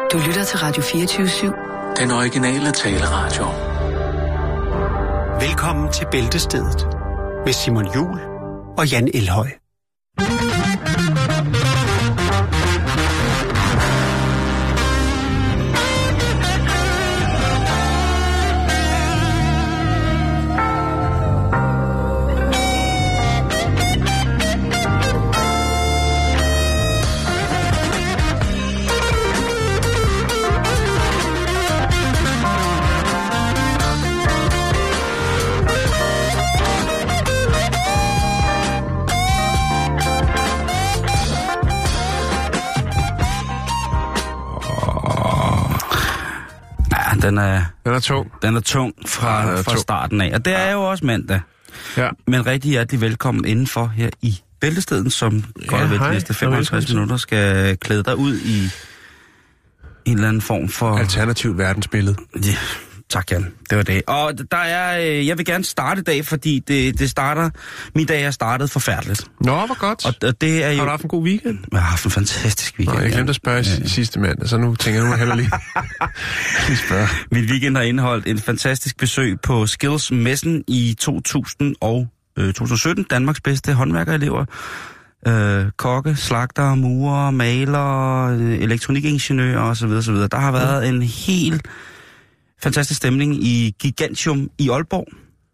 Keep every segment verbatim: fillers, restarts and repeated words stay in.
Du lytter til Radio fireogtyve syv. Den originale taleradio. Velkommen til Bæltestedet med Simon Juhl og Jan Elhøj. Den er, den er tung. Den er tung fra, ja, er fra tung. starten af. Og det er jo også mandag. Ja. Men rigtig hjertelig velkommen indenfor her i Bæltestedet, som ja, godt ved de næste femoghalvtreds minutter skal klæde dig ud i en eller anden form for... alternativt verdensbillede. Ja, tak Jan. Det var det. Og der er, jeg vil gerne starte i dag, fordi det, det starter... Min dag er startet forfærdeligt. Nå, hvor godt. Og, og det er jo... Har du haft en god weekend? Jeg har haft en fantastisk weekend. Nå, jeg glemte at spørge ja, ja. sidste mandag, så nu tænker jeg, nu heller lige, lige spørge. Min weekend har indeholdt en fantastisk besøg på Skills-messen i to tusind sytten. Danmarks bedste håndværkerelever. Øh, kokke, slagter, murer, maler, elektronikingeniører osv. osv. Der har været mm. en helt fantastisk stemning i Gigantium i Aalborg.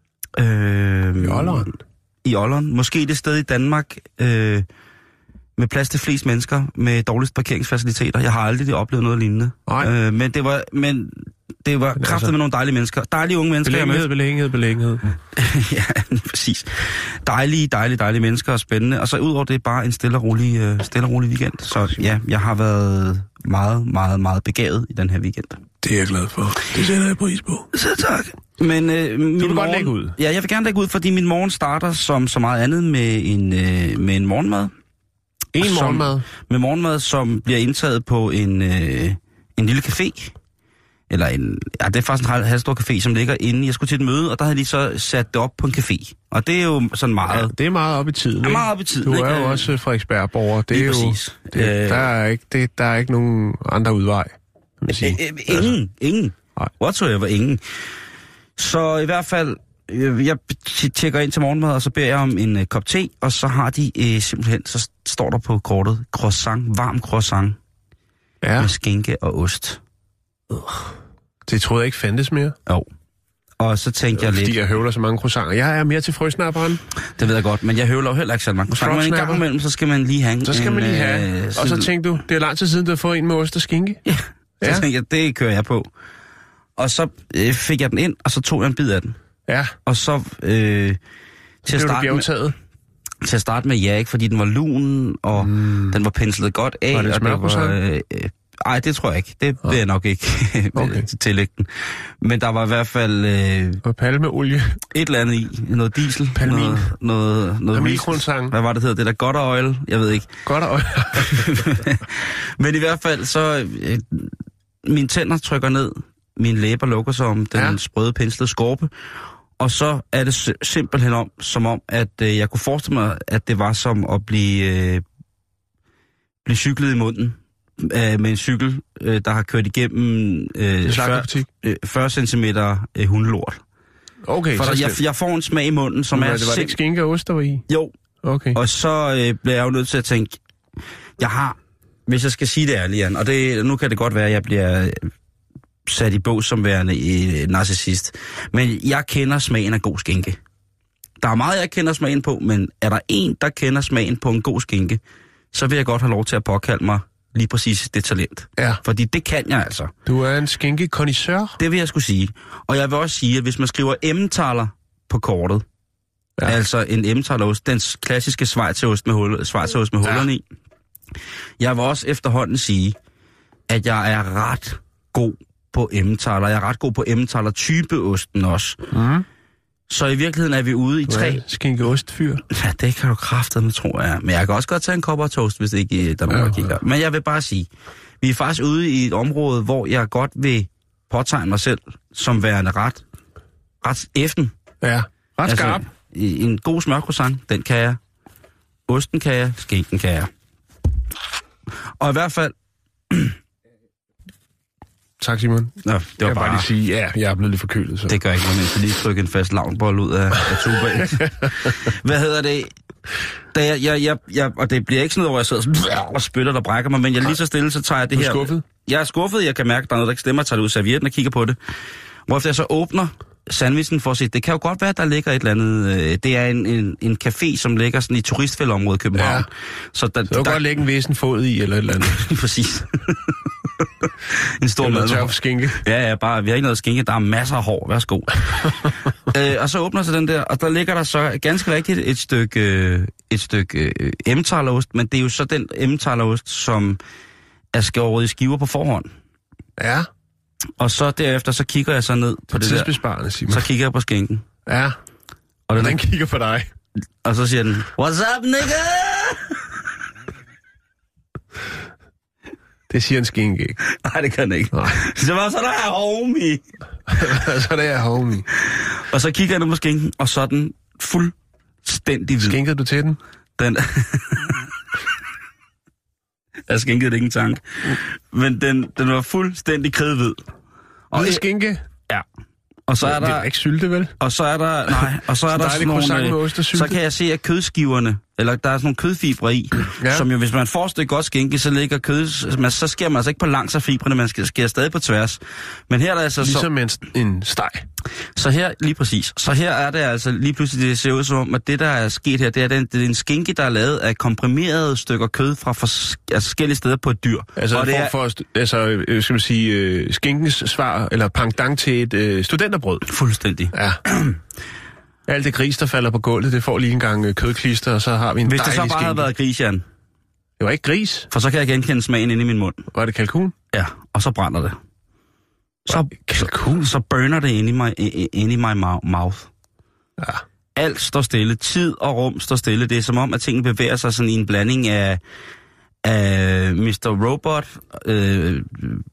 Øh, I Aalborg? I Aalborg. Måske det sted i Danmark øh, med plads til flest mennesker med dårligst parkeringsfaciliteter. Jeg har aldrig oplevet noget lignende. Øh, men det var, men det var kraftigt altså, med nogle dejlige mennesker. Dejlige unge mennesker. Belægenhed, belægenhed, belægenhed. Ja, præcis. Dejlige, dejlige, dejlige mennesker og spændende. Og så udover det bare en stille og rolig, øh, stille og rolig weekend. Så ja, jeg har været meget, meget, meget begavet i den her weekend. Det er jeg glad for. Det sætter jeg pris på. Så tak. Men, øh, min du vil morgen, godt lægge ud. Ja, jeg vil gerne lægge ud, fordi min morgen starter som så meget andet med en, øh, med en morgenmad. En som, morgenmad? Med morgenmad, som bliver indtaget på en, øh, en lille café. Eller en, ja, det er faktisk en halvstor café, som ligger inde. Jeg skulle til et møde, og der havde de så sat det op på en café. Og det er jo sådan meget... Ja, det er meget op i tiden, ikke? Er meget op i tiden, Du er ikke? jo også Frederiksberg-borger. Det er jo, præcis. Det, der, er ikke, det, der er ikke nogen andre udvej, kan man sige. Ingen, altså. ingen. Nej. Whatsoever, ingen. Så i hvert fald, jeg tjekker ind til morgenmad, og så beder jeg om en uh, kop te, og så har de uh, simpelthen, så står der på kortet, croissant, varm croissant, ja. Med skinke og ost. Uh. Det troede jeg ikke fandtes mere. Jo. Og så tænkte jeg lidt... Fordi jeg høvler så mange croissanter. Jeg er mere til frøsnapperen. Det ved jeg godt, men jeg høvler jo heller ikke så mange croissanter. Men en gang imellem, så skal man lige have en... Så skal man lige have. Øh, og så tænkte du, det er lang tid siden, du har fået en med ost og skinke. Ja, så ja. tænkte jeg, det kører jeg på. Og så øh, fik jeg den ind, og så tog jeg en bid af den. Ja. Og så... Øh, til, at starte med, til at starte med, ja, ikke, fordi den var lun, og mm. den var penslet godt af. Var det smørcroissant? Øh, øh, Ej, det tror jeg ikke. Det vil jeg nok ikke okay. tillægge den. Men der var i hvert fald... Øh, og palmeolie. Et eller andet i. Noget diesel. Palmin. Noget... noget, noget Palminkronssang. Hvad var det hedder? Det der Godt Oil? Jeg ved ikke. Godt Oil. Men i hvert fald så... Øh, mine tænder trykker ned. Mine læber lukker sig om den ja. sprøde penslede skorpe. Og så er det simpelthen om, som om, at øh, jeg kunne forestille mig, at det var som at blive, øh, blive cyklet i munden. Med en cykel, der har kørt igennem øh, fyrre, øh, fyrre centimeter øh, hundelort. Okay. For der, jeg, jeg får en smag i munden, som men, er... Det var det ikke skinke og ost, der var i? Jo. Okay. Og så øh, bliver jeg jo nødt til at tænke, jeg har, hvis jeg skal sige det ærligt, Jan, og det, nu kan det godt være, at jeg bliver sat i bås som værende øh, narcissist, men jeg kender smagen af god skinke. Der er meget, jeg kender smagen på, men er der en, der kender smagen på en god skinke, så vil jeg godt have lov til at påkalde mig lige præcis det talent. Ja. Fordi det kan jeg altså. Du er en skinke-kondisseur? Det vil jeg skulle sige. Og jeg vil også sige, at hvis man skriver emmentaler på kortet, ja. altså en emmentaler-ost, den klassiske schweizerost med, hul, schweizerost med ja. hullerne i, jeg vil også efterhånden sige, at jeg er ret god på emmentaler. Jeg er ret god på emmentaler-typeosten også. Mm. Så i virkeligheden er vi ude i tre... Ja, skinke-ost-fyr. Ja, det kan du kraftedeme, tror jeg. Men jeg kan også godt tage en kopper toast, hvis det ikke der er nogen, der kigger. Men jeg vil bare sige, vi er faktisk ude i et område, hvor jeg godt vil påtegne mig selv som værende ret, ret effen. Ja, ret skarp. Altså, en god smørcroissant, den kan jeg. Osten kan jeg, skinken kan jeg. Og i hvert fald, Tak, Simon. Nå, det var jeg bare... bare lige sige, ja, jeg er blevet lidt forkølet. Så. Det gør ikke noget, men jeg lige trykke en fast lavnbold ud af, af tubaen. Hvad hedder det? Da jeg, jeg, jeg, jeg, og det bliver ikke sådan noget, hvor jeg sidder sådan, og spytter, der brækker mig, men jeg lige så stille, så tager jeg det du her... Du er skuffet? Jeg er skuffet, jeg kan mærke, at der er noget, der ikke stemmer, jeg tager det ud af servietten og kigger på det. Hvorefter jeg så åbner sandwichen for at se, det kan jo godt være, at der ligger et eller andet... Øh, det er en, en, en café, som ligger sådan i turistfældeområdet i København. Ja. Så der, så du kan godt lægge en væsen fod i, eller et eller andet. Præcis. En stor mad. Tør for skinke. Ja, ja, bare, vi har ikke noget skinke, der er masser af hår, værsgo. øh, og så åbner sig den der, og der ligger der så ganske rigtigt et stykke, et stykke øh, emmentalerost, men det er jo så den emmentalerost, som er skåret i skiver på forhånd. Ja. Og så derefter, så kigger jeg så ned på det der. Simon. Så kigger jeg på skinken. Ja. Og den, den kigger på dig. Og så siger den, what's up, nigga? Det siger en skinke ikke. Nej, det kan den ikke. Nej. Så var så der er homie. så der er homie. Og så kigger jeg ned på skinken, og så er den fuldstændig hvid. Skinkede du til den? Den... jeg skænkede det ikke en tanke. Men den, den var fuldstændig kridhvid. Og det skinke? Ja. Og så er der... Det er ikke sylte, vel? Og så er der... Nej, og så er der sådan nogle... Så kan jeg se, at kødskiverne, eller der er sådan nogle kødfibre i, ja. Som jo, hvis man får et godt skinke, så ligger kød... Man, så skærer man altså ikke på langs af fibrene, man skærer stadig på tværs. Men her er der altså... Ligesom så, en, en steg. Så her, lige præcis. Så her er det altså lige pludselig, det ser ud som om, at det, der er sket her, det er, den, det er en skinke, der er lavet af komprimerede stykker kød fra fors, altså forskellige steder på et dyr. Altså, og det er, for, altså skal man sige, uh, skinkens svar, eller pendant til et uh, studenterbrød. Fuldstændig. Ja. Alt det gris, der falder på gulvet, det får lige en gang uh, kødklister, og så har vi en Hvis dejlig det så bare skinke. havde været gris, Jan. Det var ikke gris. For så kan jeg genkende smagen inde i min mund. Var det kalkun? Ja, og så brænder det. Så, kalkun? Så, så burner det inde i my, inde i my mouth. Ja. Alt står stille. Tid og rum står stille. Det er som om, at tingene bevæger sig sådan i en blanding af, af mister Robot, øh,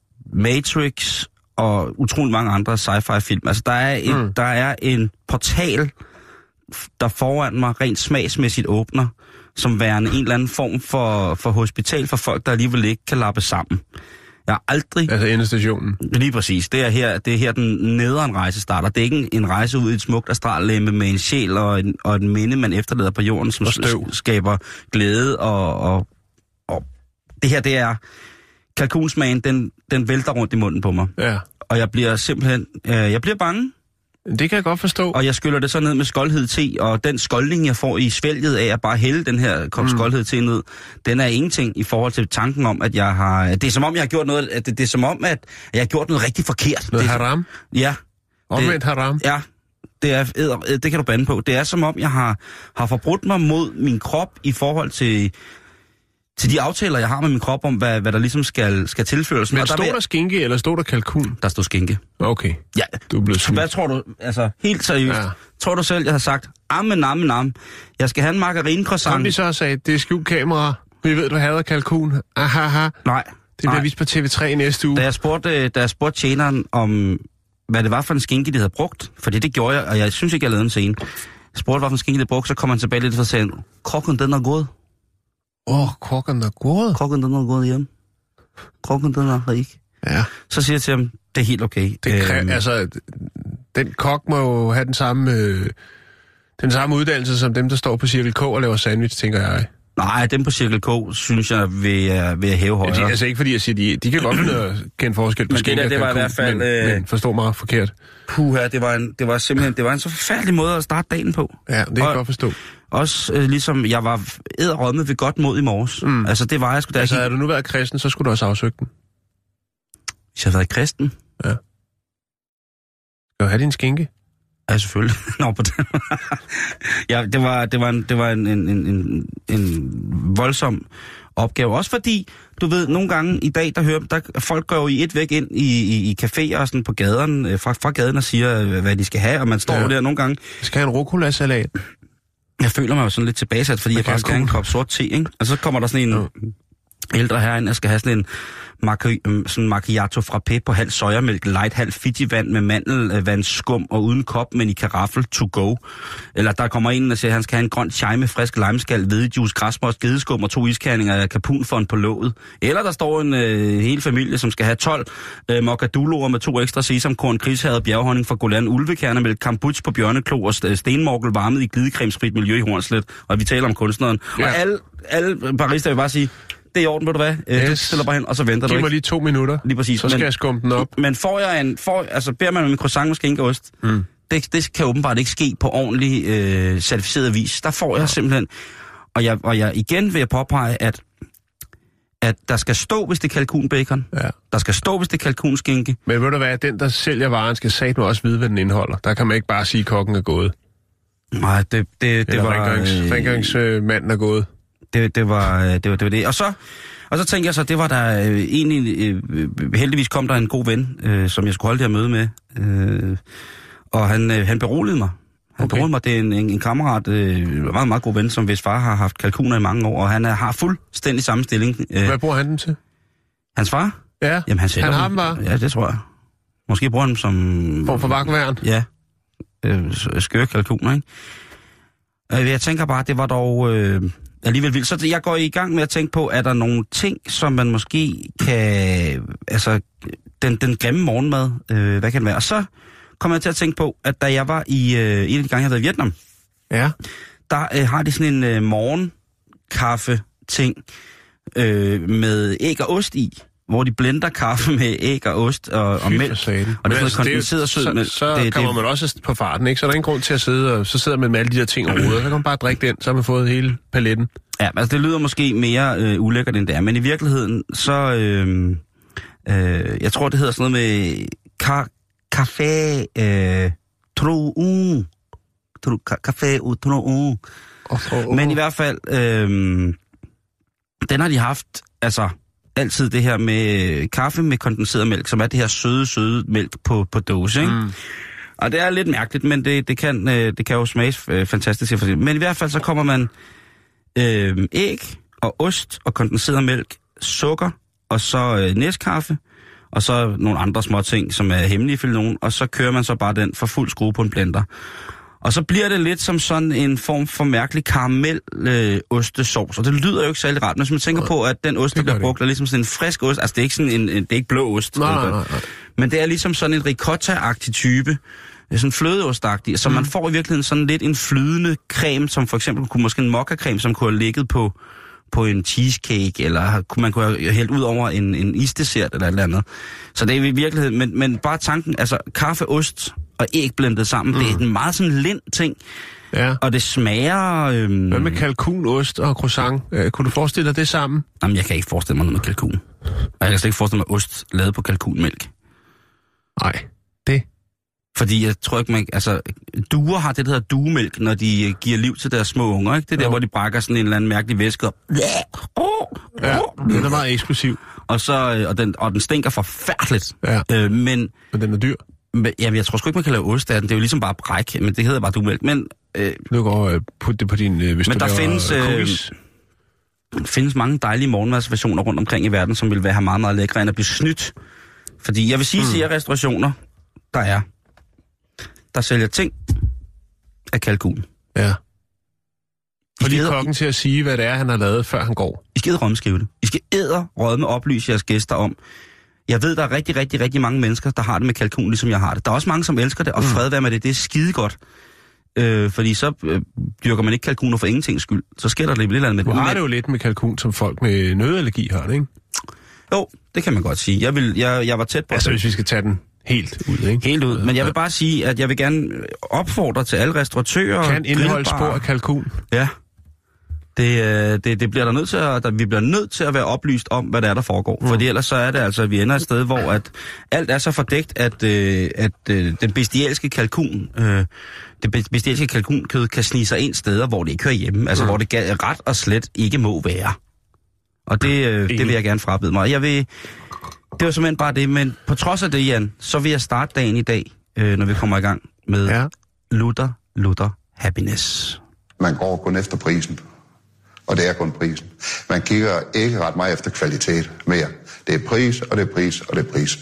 Matrix og utrolig mange andre sci-fi film. Altså, der er, en, mm. der er en portal, der foran mig rent smagsmæssigt åbner, som værende en eller anden form for, for hospital for folk, der alligevel ikke kan lappe sammen. Jeg har aldrig... Altså endestationen. Lige præcis. Det er her, det er her den nederen rejse starter. Det er ikke en rejse ud i et smukt astrallemme med en sjæl og en, og en minde, man efterlader på jorden, som skaber glæde. Og, og, og det her, det er... Kalkunsmagen, den, den vælter rundt i munden på mig. Ja. Og jeg bliver simpelthen... Øh, jeg bliver bange. Det kan jeg godt forstå. Og jeg skyller det så ned med skoldhed te, og den skoldning, jeg får i svælget af at bare hælde den her kop mm. skoldhed te ned, den er ingenting i forhold til tanken om, at jeg har... Det er som om, jeg har gjort noget... Det, det er som om, at jeg har gjort noget rigtig forkert. Noget det, haram? Ja. Omvendt haram? Ja. Det, er, det kan du bande på. Det er som om, jeg har, har forbrudt mig mod min krop i forhold til... til de aftaler, jeg har med min krop om, hvad, hvad der ligesom skal, skal tilføres. Men og stod der, der, der skinke, eller stod der kalkun? Der stod skinke. Okay. Ja. Du er blevet Hvad tror du, altså helt seriøst, ja. Tror du selv, jeg har sagt, amme, namme, namme, jeg skal have en margarine-croissant. Som vi så sagde, det er skjult kamera. Vi ved, du hader kalkun. Ahaha. Nej. Det bliver nej. vist på T V tre næste uge. Da jeg spurgte, da jeg spurgte tjeneren om, hvad det var for en skinke, de havde brugt, for det gjorde jeg, og jeg synes ikke, jeg lavede en scene. Jeg spurgte, hvad for en skinke, de havde brugt, så kom han tilbage lidt og sagde, kokken, den er god. Åh, oh, kokken er god. Kokken, den er gået hjem. Kokken, den er rig. Ja. Så siger jeg til ham, det er helt okay. Det kræ- øhm, altså, den kok må jo have den samme, øh, den samme uddannelse som dem, der står på Cirkel K og laver sandwich, tænker jeg. Nej, dem på Cirkel K, synes jeg, vil jeg, vil jeg hæve højere. Ja, det, altså ikke fordi jeg siger, de, de kan godt finde at kende forskel på skinke og kalkun, det var i hvert fald... Men, øh, men forstår mig forkert. Puha, det var, en, det var simpelthen det var en så forfærdelig måde at starte dagen på. Ja, det kan jeg godt forstå. Også øh, ligesom, jeg var edderrødme ved godt mod i morges. Mm. Altså, det var jeg sgu da altså, ikke... havde du nu været kristen, så skulle du også afsøge den. Hvis jeg havde været kristen? Ja. Skal du have din skinke? Ja, selvfølgelig. Nå, på den. Ja, det var, det var, en, det var en, en, en, en voldsom opgave. Også fordi, du ved, nogle gange i dag, der hører der, folk går jo i et væk ind i, i, i caféer og sådan på gaden, fra, fra gaden og siger, hvad de skal have, og man står ja. der nogle gange. Jeg skal have en rucola-salat. Jeg føler mig jo sådan lidt tilbagesat, fordi jeg faktisk skal have en kop sort te, ikke? Og så kommer der sådan en ja. ældre herinde, jeg skal have sådan en macchi- sådan macchiato frappé på halv sojamælk, light, halv Fiji-vand med mandelvand, skum og uden kop, men i karaffel to go. Eller der kommer en, der siger, at han skal have en grøn chai med frisk limeskal, hvedejuice, græsmos, gedeskum og to iskerninger af kapunfond på låget. Eller der står en øh, hel familie, som skal have tolv øh, mokaduloer med to ekstra sesamkorn, krigshavet, bjerghonning fra Golan, ulvekernemælk, kombuch på bjørneklo og stenmorkel varmet i glidecremesfrit miljø i Hornslet. Og vi taler om kunstneren. Ja. Og alle, alle barister vil bare sige, det er i orden, ved du hvad? Yes. Du stiller bare hen, og så venter Giv du ikke. Giv mig lige to minutter, lige præcis. så skal men, jeg skumme den op. Men får jeg en, får, altså beder man om en croissant med skænke og ost, mm. det, det kan åbenbart ikke ske på ordentlig øh, certificeret vis. Der får jeg ja. simpelthen, og jeg, og jeg igen vil jeg påpege, at, at der skal stå, hvis det er kalkunbacon. Ja. Der skal stå, hvis det er kalkunskænke. Men ved du hvad, den der sælger varen skal satme også vide, hvad den indeholder. Der kan man ikke bare sige, at kokken er gået. Nej, det, det, det var... Rengørings, rengøringsmanden er gået. Det, det, var, det, var, det var det. Og så, og så tænkte jeg så, det var der øh, egentlig... Øh, heldigvis kom der en god ven, øh, som jeg skulle holde det her møde med. Øh, og han, øh, han beroligede mig. Han okay. beroligede mig. Det er en, en, en kammerat, øh, en meget, meget god ven, som hvis far har haft kalkuner i mange år. Og han er, har fuldstændig samme stilling. Øh, Hvad bruger han den til? Hans far? Ja, Jamen, han, han har dem bare? Ja, det tror jeg. Måske bruger han dem som... Form for vagtværn? Ja. Øh, skøre kalkuner, ikke? Jeg tænker bare, det var dog øh, alligevel vildt. Så jeg går i gang med at tænke på, er der nogle ting, som man måske kan... Altså, den, den grimme morgenmad, øh, hvad kan det være? Og så kommer jeg til at tænke på, at da jeg var i... Øh, en af de gange, jeg har været i Vietnam, ja. der øh, har de sådan en øh, morgenkaffe-ting øh, med æg og ost i, hvor de blender kaffe med æg og ost og, og mælk. Og det er sådan noget kondenseret sød mælk. Så, så det, kommer det, man også på farten, ikke? Så er der ingen grund til at sidde og så sidder man med alle de der ting og roder. Så kan man bare drikke den, så har man fået hele paletten. Ja, altså det lyder måske mere øh, ulækkert end det er, men i virkeligheden, så... Øh, øh, jeg tror, det hedder sådan noget med... Ka- café... Øh, Troun. Café u Troun. Men i hvert fald... Øh, den har de haft... Altså... altid det her med kaffe med kondenseret mælk, som er det her søde, søde mælk på, på dåse, ikke? Mm. Og det er lidt mærkeligt, men det, det, kan, det kan jo smage fantastisk. Men i hvert fald så kommer man øh, æg og ost og kondenseret mælk, sukker og så øh, næskaffe, og så nogle andre små ting, som er hemmelige for nogen, og så kører man så bare den for fuld skrue på en blender. Og så bliver det lidt som sådan en form for mærkelig karamel-ostesauce, øh, og det lyder jo ikke særlig rart, men hvis man tænker på, at den ost, der bliver brugt, er ligesom sådan en frisk ost, altså det er ikke sådan en, en det er ikke blå ost, nej, nej, nej. Men det er ligesom sådan en ricotta-agtig type, sådan flødeostagtig, så mm. man får i virkeligheden sådan lidt en flydende creme, som for eksempel kunne måske en mokka-creme, som kunne have ligget på, på en cheesecake, eller kunne man kunne have hældt ud over en, en isdessert eller et eller andet. Så det er i virkeligheden, men, men bare tanken, altså kaffe, ost og æg blendet sammen, mm. det er en meget sådan lind ting. Ja. Og det smager... Øhm... Hvad med kalkun, ost og croissant? Øh, kunne du forestille dig det sammen? Jamen, jeg kan ikke forestille mig noget med kalkun. Og jeg kan slet ikke forestille mig ost lavet på kalkunmælk. Nej, det... Fordi jeg tror ikke, man... Altså, duer har det, der hedder duemælk, når de giver liv til deres små unger, ikke? Det er der, jo. Hvor de brækker sådan en eller anden mærkelig væske op. Ja, den er meget eksplosiv. Og, så, og, den, og den stinker forfærdeligt. Ja. Øh, men... Men den er dyr. Men, jamen, jeg tror sgu ikke, man kan lave ost af den. Det er jo ligesom bare bræk, men det hedder bare duemælk. Men... Øh, du går og putte det på din... Øh, hvis men du der findes... Øh, der findes mange dejlige morgenmadsversioner rundt omkring i verden, som vil være meget, meget lækre end at blive snydt. Fordi jeg vil sige, mm. at restaurationer, der er... Der sælger ting af kalkun. Ja. Fordi kokken til at sige, hvad det er, han har lavet, før han går. I skal æderrømme det. I skal æderrømme oplyse jeres gæster om. Jeg ved, der er rigtig, rigtig, rigtig mange mennesker, der har det med kalkun, ligesom jeg har det. Der er også mange, som elsker det, og fred være med det. Det er skide godt. Øh, fordi så øh, dyrker man ikke kalkuner for ingentings skyld. Så sker der lidt eller andet med det. Du har det jo lidt med kalkun, som folk med nødallergi har det, ikke? Jo, det kan man godt sige. Jeg, vil, jeg, jeg var tæt på... Altså, hvis vi skal tage den helt ud, ikke? Helt ud. Men jeg vil bare sige, at jeg vil gerne opfordre til alle restauratører... Kan indeholde spor af kalkun? Ja. Det, det, det bliver der nødt til at, der, vi bliver nødt til at være oplyst om, hvad der er, der foregår. Mm. Fordi ellers så er det altså, at vi ender et sted, hvor at alt er så fordækt, at, øh, at øh, den bestialske kalkun, øh, det bestialske kalkunkød kan snige sig ind steder, hvor det ikke hører hjemme. Altså, mm. hvor det ret og slet ikke må være. Og det, øh, det vil jeg gerne frabede mig. Jeg vil, det var simpelthen bare det, men på trods af det, Jan, så vil jeg starte dagen i dag, øh, når vi kommer i gang med ja. Lutter, Lutter Happiness. Man går kun efter prisen. og det er kun prisen. Man kigger ikke ret meget efter kvalitet mere. Det er pris, og det er pris, og det er pris.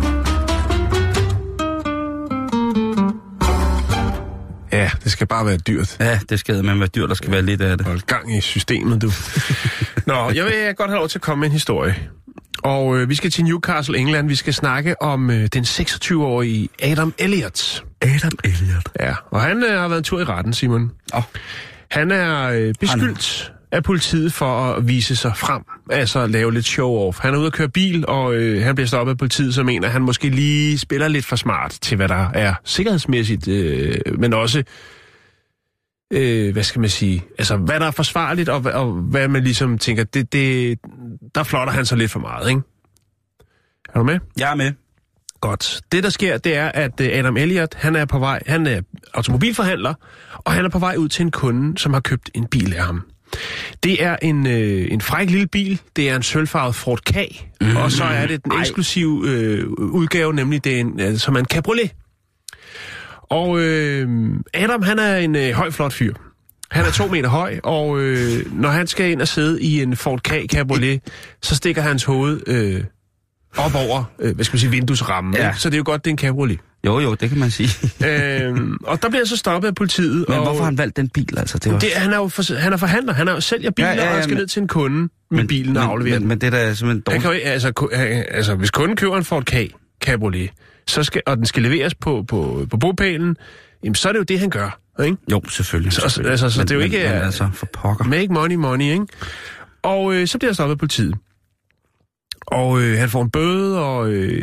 Ja, det skal bare være dyrt. Ja, det skal man være dyrt, der skal være lidt af det. Hold gang i systemet, du. Nå, jeg vil godt have lov til at komme med en historie. Og øh, vi skal til Newcastle, England. Vi skal snakke om øh, den seksogtyve-årige Adam Elliott. Adam Elliott. Ja, og han øh, har været en tur i retten, Simon. Oh. Han er øh, beskyldt af politiet for at vise sig frem. Altså lave lidt show-off. Han er ude at køre bil, og øh, han bliver stoppet af politiet, som mener, at han måske lige spiller lidt for smart til, hvad der er sikkerhedsmæssigt, øh, men også, øh, hvad skal man sige, altså hvad der er forsvarligt, og, og hvad man ligesom tænker, det, det, der flotter han så lidt for meget, ikke? Er du med? Jeg er med. Godt. Det, der sker, det er, at Adam Elliott, han er på vej, han er automobilforhandler, og han er på vej ud til en kunde, som har købt en bil af ham. Det er en, øh, en fræk lille bil. Det er en sølvfarvet Ford Ka, mm. og så er det den eksklusive øh, udgave, nemlig det er en, øh, som er en cabriolet. Og øh, Adam, han er en øh, høj, flot fyr. Han er to meter høj, og øh, når han skal ind og sidde i en Ford Ka cabriolet, så stikker hans hoved øh, op over, øh, hvad skal man sige, vinduesrammen. Ja. Så det er jo godt, det er en cabriolet. Jo, jo, det kan man sige. øhm, og der bliver så stoppet af politiet. Men og hvorfor har han valgt den bil, altså? Det, var... det Han er jo for, han er forhandler, han er jo sælger biler, ja, ja, ja, og han skal men... ned til en kunde med men, bilen og aflevere men, den. Men det der er simpelthen dårligt. Han kan jo, altså, altså, hvis kunden køber en Ford Ka cabriolet, så skal, og den skal leveres på, på, på bopælen, jamen, så er det jo det, han gør, ikke? Jo, selvfølgelig. Så, selvfølgelig. Altså, så men, det er jo men, ikke... Men, altså, for pokker. Make money, money, ikke? Og øh, så bliver der stoppet af politiet. Og øh, han får en bøde, og... Øh,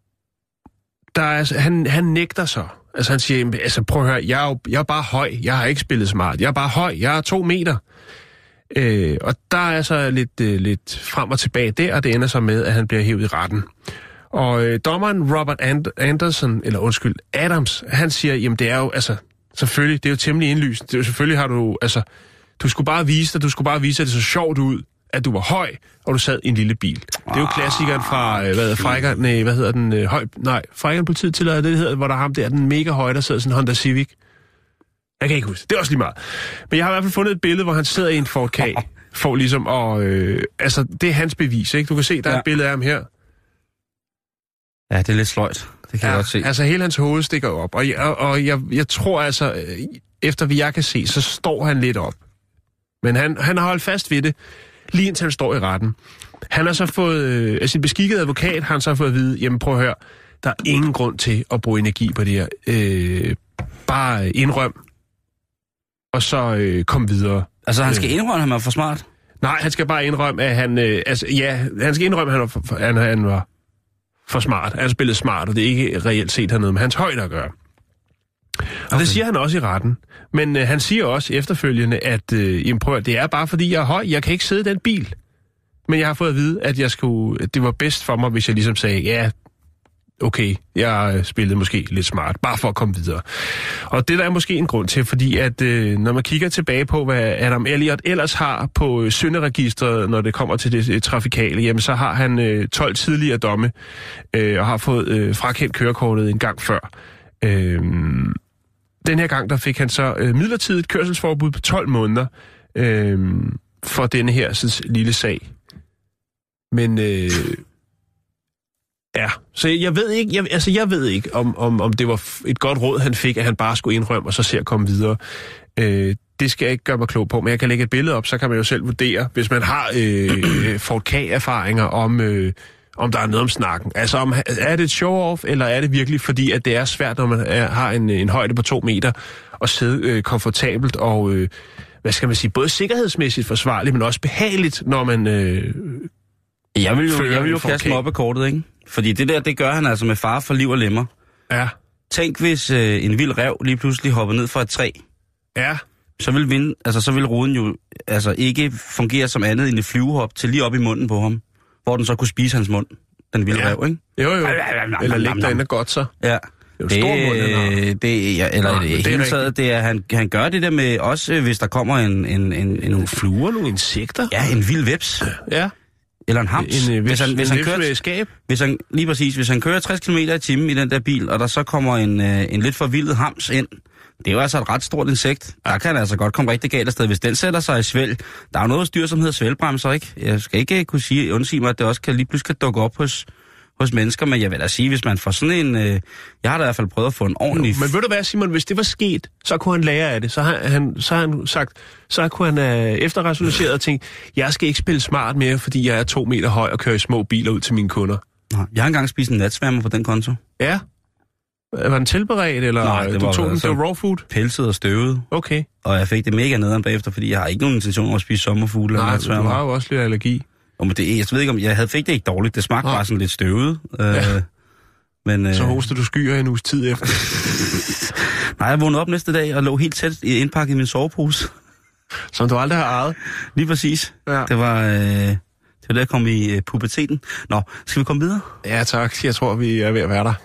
Der er, altså, han, han nægter så. Altså han siger, altså prøv at høre, jeg er, jo, jeg er bare høj, jeg har ikke spillet smart, jeg er bare høj, jeg er to meter. Øh, og der er så lidt, øh, lidt frem og tilbage der, og det ender så med, at han bliver hævet i retten. Og øh, dommeren Robert And- Anderson, eller undskyld, Adams, han siger, jamen det er jo, altså, selvfølgelig, det er jo temmelig indlyst. Det er jo, selvfølgelig har du, altså, du skulle bare vise dig, du skulle bare vise, at det så sjovt ud, at du var høj, og du sad i en lille bil. Det er jo klassikeren fra, hvad hedder Frækkeren, nej, hvad hedder den, høj, nej, Frækkeren politiet til, det, det hedder, hvor der er ham der, den mega høje, der sidder sådan en Honda Civic. Jeg kan ikke huske, det er også lige meget. Men jeg har i hvert fald fundet et billede, hvor han sidder i en Ford Ka, for ligesom at, øh, altså, det er hans bevis, ikke? Du kan se, der er ja. et billede af ham her. Ja, det er lidt sløjt. Det kan ja, jeg godt se. Altså, hele hans hoved stikker op, og, jeg, og jeg, jeg tror altså, efter hvad jeg kan se, så står han lidt op. Men han, han har holdt fast ved det, lige indtil han står i retten. Han har så fået, øh, af sin beskikkede advokat, har han så fået at vide, jamen prøv at høre, der er ingen grund til at bruge energi på det her. Øh, bare indrøm, og så øh, kom videre. Altså han skal indrømme, at han er for smart? Nej, han skal bare indrømme, at han, øh, altså ja, han skal indrømme, at han var for, han, han var for smart. Han spillede smart, og det er ikke reelt set har noget med hans højde at gøre. Og okay. Det siger han også i retten. Men øh, han siger også efterfølgende, at øh, jamen, prøv, det er bare fordi, jeg er høj. Jeg kan ikke sidde i den bil. Men jeg har fået at vide, at, jeg skulle, at det var bedst for mig, hvis jeg ligesom sagde, ja, okay, jeg spillede måske lidt smart, bare for at komme videre. Og det der er måske en grund til, fordi at øh, når man kigger tilbage på, hvad Adam Elliott ellers har på øh, synderegistret, når det kommer til det øh, trafikale, jamen så har han øh, tolv tidligere domme, øh, og har fået øh, frakendt kørekortet en gang før. Øh, Den her gang, der fik han så øh, midlertidigt kørselsforbud på tolv måneder øh, for denne her sådan, lille sag. Men øh, ja, så jeg ved ikke, jeg, altså jeg ved ikke, om, om, om det var et godt råd, han fik, at han bare skulle indrømme og så se at komme videre. Øh, det skal jeg ikke gøre mig klog på, men jeg kan lægge et billede op, så kan man jo selv vurdere, hvis man har øh, Ford Ka-erfaringer om... Øh, om der er noget om snakken. Altså, om, er det et show-off, eller er det virkelig, fordi at det er svært, når man er, har en, en højde på to meter, at sidde øh, komfortabelt og, øh, hvad skal man sige, både sikkerhedsmæssigt forsvarligt, men også behageligt, når man øh, Jeg vil jo, jeg vil jo kaste mig op af kortet, ikke? Fordi det der, det gør han altså med fare for liv og lemmer. Ja. Tænk, hvis øh, en vild ræv lige pludselig hopper ned fra et træ. Ja. Så vil, vind, altså, så vil ruden jo altså, ikke fungere som andet end et flyvehop til lige op i munden på ham. Hvor den så kunne spise hans mund, den vilde ja. Ræv, ikke? Jo, jo. Eller lægge derinde og godt så. Ja. Det er jo stor mund, han har. Det, ja, eller Nå, det, det hele taget, det er, han, han gør det der med, også hvis der kommer en... en, en, en nogle fluer, nogle insekter. Ja, en vild veps. Ja. Eller en hams. En, en, hvis han, hvis en han kører, skab. Hvis han, lige præcis, hvis han kører tres kilometer i timen i den der bil, og der så kommer en, en lidt forvildet hams ind, det er jo altså et ret stort insekt. Der kan altså godt komme rigtig galt afsted, hvis den sætter sig i svælg. Der er jo noget styr, som hedder svælgbremser, ikke? Jeg skal ikke kunne sige, undsige mig, at det også kan lige pludselig dukke op hos, hos mennesker, men jeg vil da sige, hvis man får sådan en... Øh, jeg har da i hvert fald prøvet at få en ordentlig... Jo, men ved du hvad, Simon, hvis det var sket, så kunne han lære af det. Så har han, så har han sagt, så kunne han øh, efterrationaliseret og tænkt, jeg skal ikke spille smart mere, fordi jeg er to meter høj og kører i små biler ud til mine kunder. Nej, jeg har engang spist en natsværmer på den konto. Ja? Var den tilberedt, eller Nej, det var, du tog den altså til raw food? Pelset og støvet. Okay. Og jeg fik det mega nederen bagefter, fordi jeg har ikke nogen intention om at spise sommerfugle. Nej, eller du har jo også lidt allergi. Og det, jeg ved ikke om, jeg havde fik det ikke dårligt. Det smagte bare sådan lidt støvet. Ja. Øh, men, øh, så hoster du skyer en uges tid efter. Nej, jeg vågnede op næste dag og lå helt tæt indpakket i min sovepose. Som du aldrig har ejet. Lige præcis. Ja. Det var... Øh, det var der, jeg kom i øh, puberteten. Nå, skal vi komme videre? Ja, tak. Jeg tror, vi er ved at være der.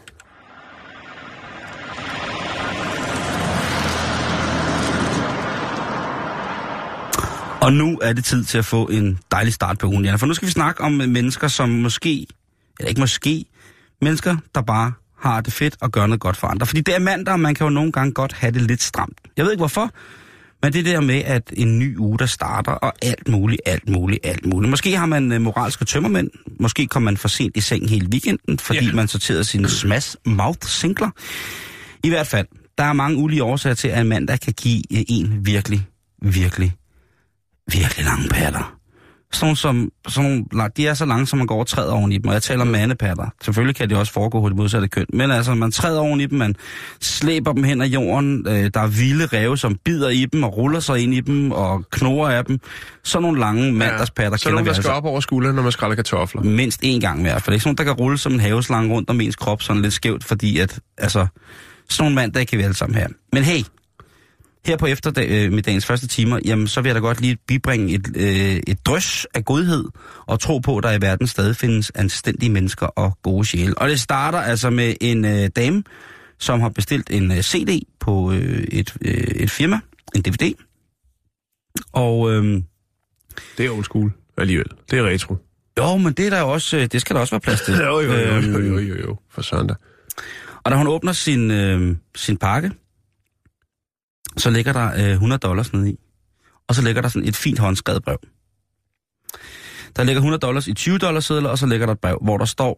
Og nu er det tid til at få en dejlig start på ugen, Janne. For nu skal vi snakke om mennesker, som måske, eller ikke måske, mennesker, der bare har det fedt og gør noget godt for andre. Fordi det er mandag, og man kan jo nogle gange godt have det lidt stramt. Jeg ved ikke hvorfor, men det der med, at en ny uge, der starter, og alt muligt, alt muligt, alt muligt. Måske har man uh, moralske tømmermænd. Måske kommer man for sent i seng hele weekenden, fordi yeah. man sorterede sine smash mouth singler. I hvert fald, der er mange ulige årsager til, at en mandag kan give en virkelig, virkelig virkelig lange patter. Sådan nogle, som, sådan nogle, de er så lange, som man går og træder oven i dem, og jeg taler om mandepatter. Selvfølgelig kan det også foregå hos det modsatte køn, men altså, man træder oven i dem, man slæber dem hen ad jorden, øh, der er vilde ræve, som bider i dem og ruller sig ind i dem og knurrer af dem. Sådan nogle lange mandagspatter ja, kender vi altså. Så nogle, der skal op over skulderen, når man skræller kartofler. Mindst én gang i hvert fald. Ikke sådan, der kan rulle som en haveslange rundt om ens krop, sådan lidt skævt, fordi at, altså, sådan nogle mandag kan vi alle sammen have. Men hey, her på eftermiddagens første timer, jamen, så vil jeg da godt lige bibringe et, øh, et drøs af godhed og tro på, at der i verden stadig findes anstændige mennesker og gode sjæle. Og det starter altså med en øh, dame, som har bestilt en øh, C D på øh, et, øh, et firma, en D V D. Og øh, det er old school alligevel. Det er retro. Jo, men det er der jo også, det skal der også være plads til. jo, jo, jo, jo, jo, jo, jo, for søndag. Og da hun åbner sin, øh, sin pakke, så ligger der øh, hundrede dollars nede i. Og så ligger der sådan et fint håndskrevet brev. Der ligger hundrede dollars i tyve dollars sedler, og så ligger der et brev, hvor der står...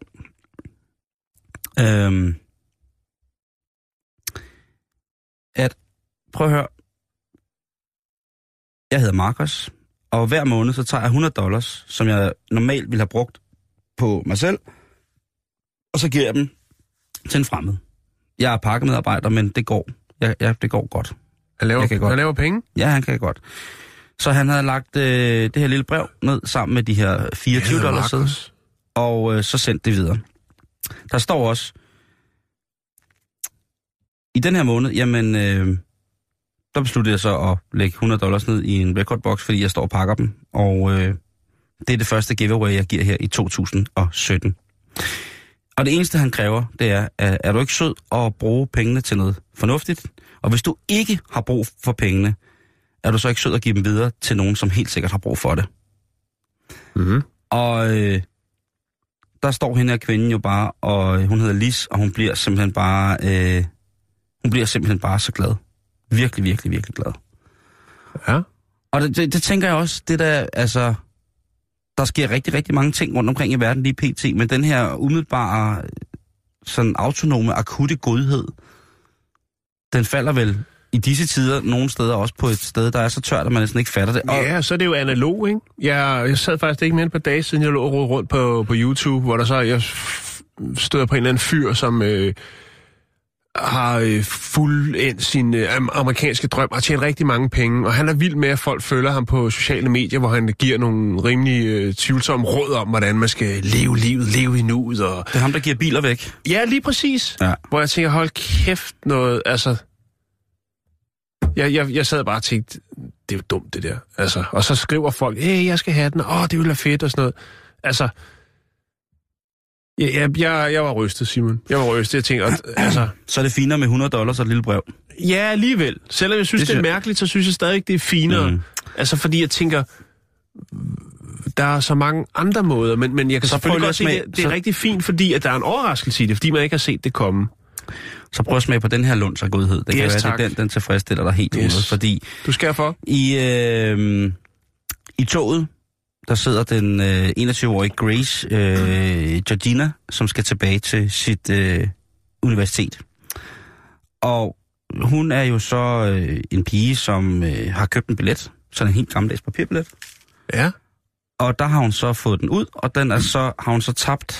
Øhm, at, prøv at høre, jeg hedder Marcus, og hver måned så tager jeg hundrede dollars, som jeg normalt ville have brugt på mig selv, og så giver jeg dem til en fremmed. Jeg er pakkemedarbejder, men det går. Jeg, jeg, det går godt. Han laver, kan godt. han laver penge? Ja, han kan godt. Så han havde lagt øh, det her lille brev ned sammen med de her fireogtyve dollars sedler, og øh, så sendt det videre. Der står også, i den her måned, jamen, øh, der besluttede jeg så at lægge hundrede dollars ned i en recordbox, fordi jeg står og pakker dem, og øh, det er det første giveaway, jeg giver her i to tusind sytten. Og det eneste, han kræver, det er, at er du ikke sød at bruge pengene til noget fornuftigt? Og hvis du ikke har brug for pengene, er du så ikke sød at give dem videre til nogen, som helt sikkert har brug for det? Mm-hmm. Og øh, der står hende her kvinden jo bare, og hun hedder Lis, og hun bliver simpelthen bare, øh, hun bliver simpelthen bare så glad. Virkelig, virkelig, virkelig glad. Ja. Og det, det, det tænker jeg også, det der, altså, der sker rigtig, rigtig mange ting rundt omkring i verden lige pt, men den her umiddelbare, sådan autonome, akutte godhed, den falder vel i disse tider nogle steder også på et sted, der er så tørt, at man næsten ikke fatter det. Og ja, så er det jo analog, ikke? Jeg, jeg sad faktisk ikke mere end på dage siden, jeg lå og rodede rundt på, på YouTube, hvor der så, jeg støder på en eller anden fyr, som øh, har øh, fuldendt sin øh, amerikanske drøm og tjent rigtig mange penge, og han er vild med, at folk følger ham på sociale medier, hvor han giver nogle rimelig øh, tvivlsomme råd om, hvordan man skal leve livet, leve i nuet. Og det er ham, der giver biler væk. Ja, lige præcis. Ja. Hvor jeg tænker, hold kæft noget, altså... Jeg, jeg, jeg sad bare og tænkte, det er jo dumt det der. Altså, og så skriver folk, hey, jeg skal have den, åh, det ville være fedt og sådan noget. Altså, jeg, jeg, jeg, jeg var rystet, Simon. Jeg var rystet, jeg tænkte, altså... Så er det finere med hundrede dollars og et lille brev. Ja, alligevel. Selvom jeg synes, det, det er synes... mærkeligt, så synes jeg stadig, det er finere. Mm. Altså, fordi jeg tænker, der er så mange andre måder, men, men jeg kan så selvfølgelig godt se, det, det er så... rigtig fint, fordi at der er en overraskelse i det, fordi man ikke har set det komme. Så prøv at smage på den her lunds af godhed. Det yes, kan være, tak. at den, den tilfredsstiller dig helt yes. ude, fordi... Du skal for? I, øh, i toget, der sidder den øh, enogtyve-årige Grace øh, Georgina, som skal tilbage til sit øh, universitet. Og hun er jo så øh, en pige, som øh, har købt en billet, sådan en helt gammeldags papirbillet. Ja. Og der har hun så fået den ud, og den er så, har hun så tabt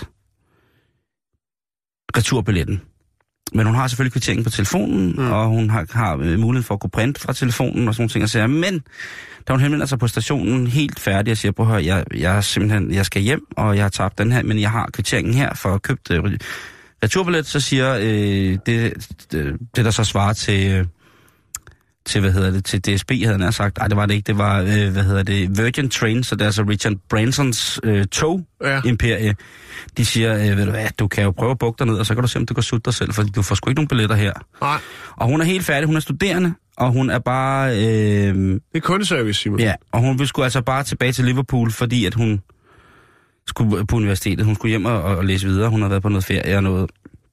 returbilletten. Men hun har selvfølgelig kvitteringen på telefonen, mm. og hun har, har mulighed for at kunne printe fra telefonen og sådan nogle ting. Og siger, men da hun henvender sig på stationen helt færdig og siger, prøv at høre, jeg, jeg, simpelthen, jeg skal hjem, og jeg har tabt den her, men jeg har kvitteringen her for at købe øh, returbillet, så siger øh, det, det, det, der så svarer til... Øh, til, hvad hedder det, til D S B, havde han sagt. Nej, det var det ikke. Det var, øh, hvad hedder det, Virgin Train, så det er altså Richard Bransons øh, tog-imperie. Ja. De siger, øh, ved du hvad, du kan jo prøve at bukke dig ned, og så kan du se, om du kan sutte dig selv, for du får sgu ikke nogen billetter her. Nej. Og hun er helt færdig, hun er studerende, og hun er bare... Øh, det er kundeservice, Simon. Ja, og hun vil sgu altså bare tilbage til Liverpool, fordi at hun skulle på universitetet. Hun skulle hjem og, og læse videre. Hun har været på noget ferie og noget.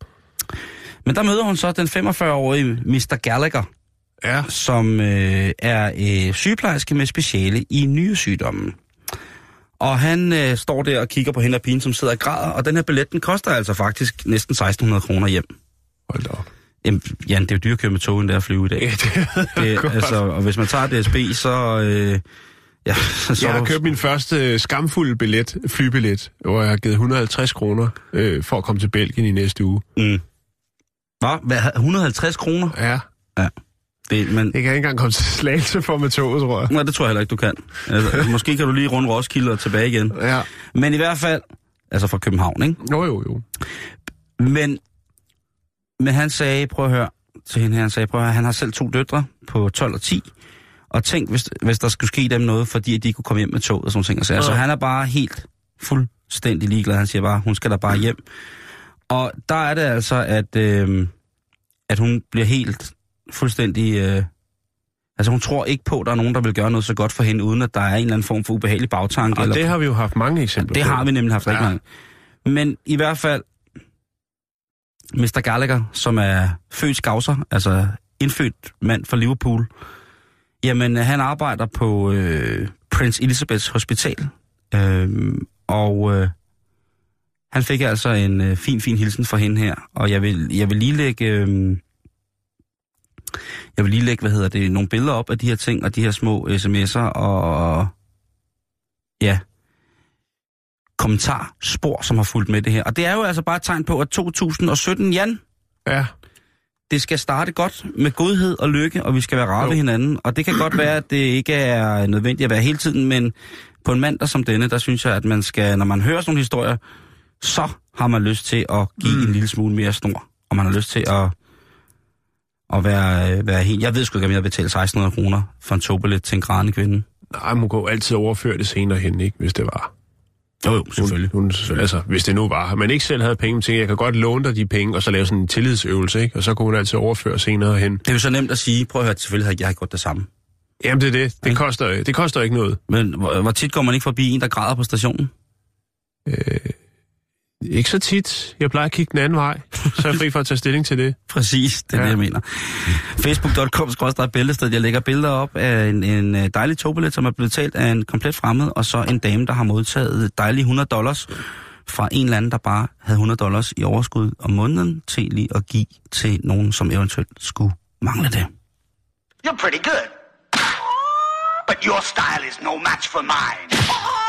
Men der møder hun så den femogfyrre-årige mister Gallagher, ja. som øh, er øh, sygeplejerske med speciale i nyresygdommen. Og han øh, står der og kigger på hende og pigen, som sidder og græder, og den her billet, den koster altså faktisk næsten seksten hundrede kroner hjem. Hold da op. Jamen, Jan, det er jo dyrt at køre med tog, end det er at flyve i dag. Ja, det er det, altså, og hvis man tager D S B, så... Øh, ja, så jeg har købt min første skamfulde billet, flybillet, hvor jeg har givet et hundrede og halvtreds kroner øh, for at komme til Belgien i næste uge. Mm. Hvad? Hvad? et hundrede og halvtreds kroner? Ja. Ja. Det, men... Jeg kan ikke engang komme til Slagelse for med toget, tror jeg. Nej, det tror jeg heller ikke, du kan. Altså, måske kan du lige runde Roskilde og tilbage igen. Ja. Men i hvert fald, altså fra København, ikke? Jo, jo, jo. Men, men han sagde, prøv at høre, til hende her, han sagde, prøv at høre, han har selv to døtre på tolv og ti, og tænk, hvis, hvis der skulle ske dem noget, fordi de kunne komme hjem med toget og sådan ting. Så altså, han er bare helt fuldstændig ligeglad. Han siger bare, hun skal da bare hjem. Og der er det altså, at, øh, at hun bliver helt fuldstændig... Øh, altså hun tror ikke på, at der er nogen, der vil gøre noget så godt for hende, uden at der er en eller anden form for ubehagelig bagtanke. Og eller... det har vi jo haft mange eksempler ja, det på. Det har vi nemlig haft ja. rigtig mange. Men i hvert fald, mister Gallagher, som er født skavser, altså indfødt mand fra Liverpool, jamen han arbejder på øh, Prince Elizabeths Hospital, øh, og øh, han fik altså en øh, fin, fin hilsen fra hende her, og jeg vil, jeg vil lige lægge... Øh, Jeg vil lige lægge, hvad hedder det, nogle billeder op af de her ting, og de her små sms'er, og ja, kommentarspor, som har fulgt med det her. Og det er jo altså bare et tegn på, at to tusind og sytten, Jan, ja. det skal starte godt med godhed og lykke, og vi skal være rare ved hinanden. Og det kan godt være, at det ikke er nødvendigt at være hele tiden, men på en mandag som denne, der synes jeg, at man skal, når man hører sådan nogle historier, så har man lyst til at give mm. en lille smule mere snor, og man har lyst til at Og være, være helt... Jeg ved sgu ikke, om jeg betaler seksten hundrede kroner for en togbillet til en grædende kvinde. Nej, man kunne altid overføre det senere hen, ikke, hvis det var. Jo, jo, selvfølgelig. Hun, hun, altså, hvis det nu var. Man ikke selv havde penge, tænkte jeg kan godt låne dig de penge, og så lave sådan en tillidsøvelse, ikke? Og så kunne hun altid overføre senere hen. Det er jo så nemt at sige, prøv at høre, selvfølgelig har jeg gjort det samme. Jamen, det er det. Det, koster, det koster ikke noget. Men hvor, hvor tit går man ikke forbi en, der græder på stationen? Øh... Ikke så tit. Jeg plejer at kigge den anden vej, så er jeg fri for at tage stilling til det. Præcis, det er ja. det, jeg mener. facebook punktum com skråstreg bæltested. Jeg lægger billeder op af en, en dejlig togbillet, som er blevet talt af en komplet fremmed, og så en dame, der har modtaget dejlige hundrede dollars fra en eller anden, der bare havde hundrede dollars i overskud om måneden til lige at give til nogen, som eventuelt skulle mangle det. You're pretty good, but your style is no match for mine.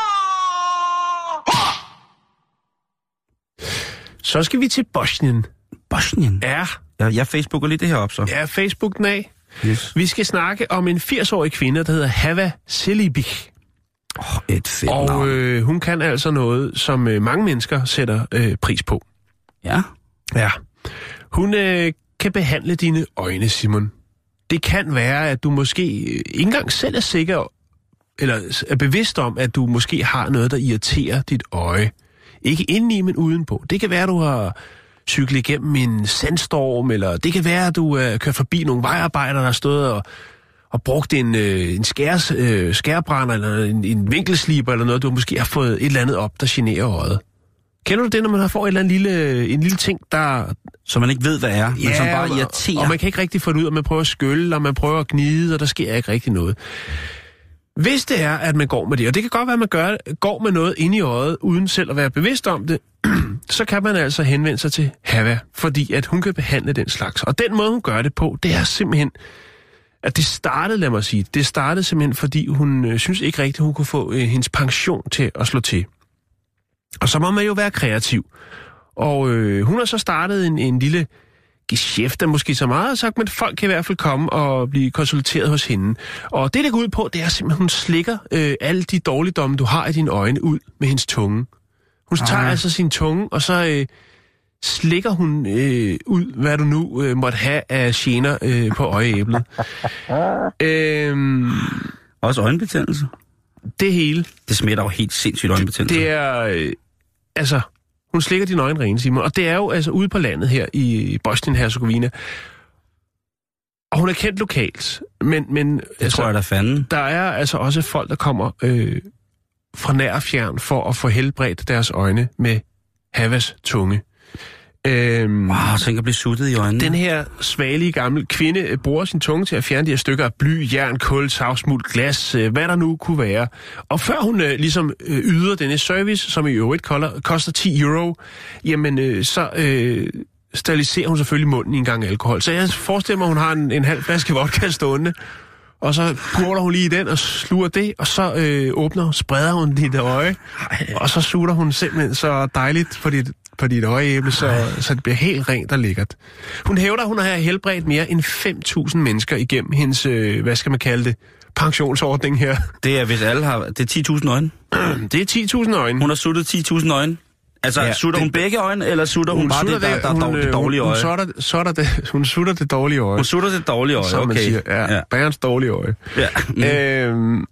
Så skal vi til Bosnien. Bosnien? Ja. Jeg, jeg facebooker lige det her op, så. Ja, Facebook den af. Yes. Vi skal snakke om en firs-årig kvinde, der hedder Hava Celibic. Åh, oh, et fedt Og navn. øh, hun kan altså noget, som øh, mange mennesker sætter øh, pris på. Ja? Ja. Hun øh, kan behandle dine øjne, Simon. Det kan være, at du måske ikke engang selv er sikker, eller er bevidst om, at du måske har noget, der irriterer dit øje. Ikke indeni, men udenpå. Det kan være, at du har cyklet igennem en sandstorm, eller det kan være, at du øh, kører forbi nogle vejarbejdere, der har stået og, og brugt en, øh, en skærs, øh, skærbrænder, eller en, en vinkelsliber, eller noget, du måske har fået et eller andet op, der generer øjet. Kender du det, når man har fået et eller andet lille, en lille ting, der som man ikke ved, hvad er, ja, men som bare irriterer. Og man kan ikke rigtig få det ud, og man prøver at skylle, og man prøver at gnide, og der sker ikke rigtig noget. Hvis det er, at man går med det, og det kan godt være, at man gør, går med noget inde i øjet, uden selv at være bevidst om det, så kan man altså henvende sig til Hava, fordi at hun kan behandle den slags. Og den måde, hun gør det på, det er simpelthen, at det startede, lad mig sige, det startede simpelthen, fordi hun øh, synes ikke rigtigt, hun kunne få øh, hendes pension til at slå til. Og så må man jo være kreativ. Og øh, hun har så startet en, en lille geschæft, der måske så meget sagt, men folk kan i hvert fald komme og blive konsulteret hos hende. Og det, der går ud på, det er simpelthen, at hun slikker øh, alle de dårligdomme, du har i dine øjne, ud med hendes tunge. Hun tager ah. altså sin tunge, og så øh, slikker hun øh, ud, hvad du nu øh, måtte have af gener øh, på øjeæblet. øhm, Også øjenbetændelse? Det hele. Det smitter jo helt sindssygt øjenbetændelse. Det er, øh, altså, hun slikker dine øjne rene, Simon. Og det er jo altså ude på landet her i Bosnien-Herzegovina. Og hun er kendt lokalt, men... men det altså, tror jeg, der fanden. Der er altså også folk, der kommer øh, fra nær og fjern for at få helbredt deres øjne med Havas tunge. Øhm, wow, tænk at blive suttet i øjnene. Den her svagelige gamle kvinde bruger sin tunge til at fjerne de her stykker af bly, jern, kul, savsmuld, glas, øh, hvad der nu kunne være. Og før hun øh, ligesom øh, yder denne service, som i øvrigt koster ti euro, jamen øh, så øh, steriliserer hun selvfølgelig munden i en gang alkohol. Så jeg forestiller mig, at hun har en, en halv flaske vodka stående, og så kurler hun lige i den og sluger det, og så øh, åbner, spreder hun dit øje, og så sutter hun simpelthen så dejligt på dit på dit øjeæble, så, så det bliver helt rent og lækkert. Hun hævder, at hun har helbredt mere end fem tusind mennesker igennem hendes, øh, hvad skal man kalde det, pensionsordning her. Det er, hvis alle har... Det er ti tusind øjne. Det er ti tusind øjne. Hun har suttet ti tusind øjne. Altså, ja, sutter hun det, begge øjne, eller sutter hun, hun bare sutter det, der, der, der, hun, det dårlige øje? Hun, hun, sutter det, hun sutter det dårlige øje. Hun sutter det dårlige øje, som okay. Man siger. Ja, ja. Bærens dårlige øje. Ja. Mm. Øhm,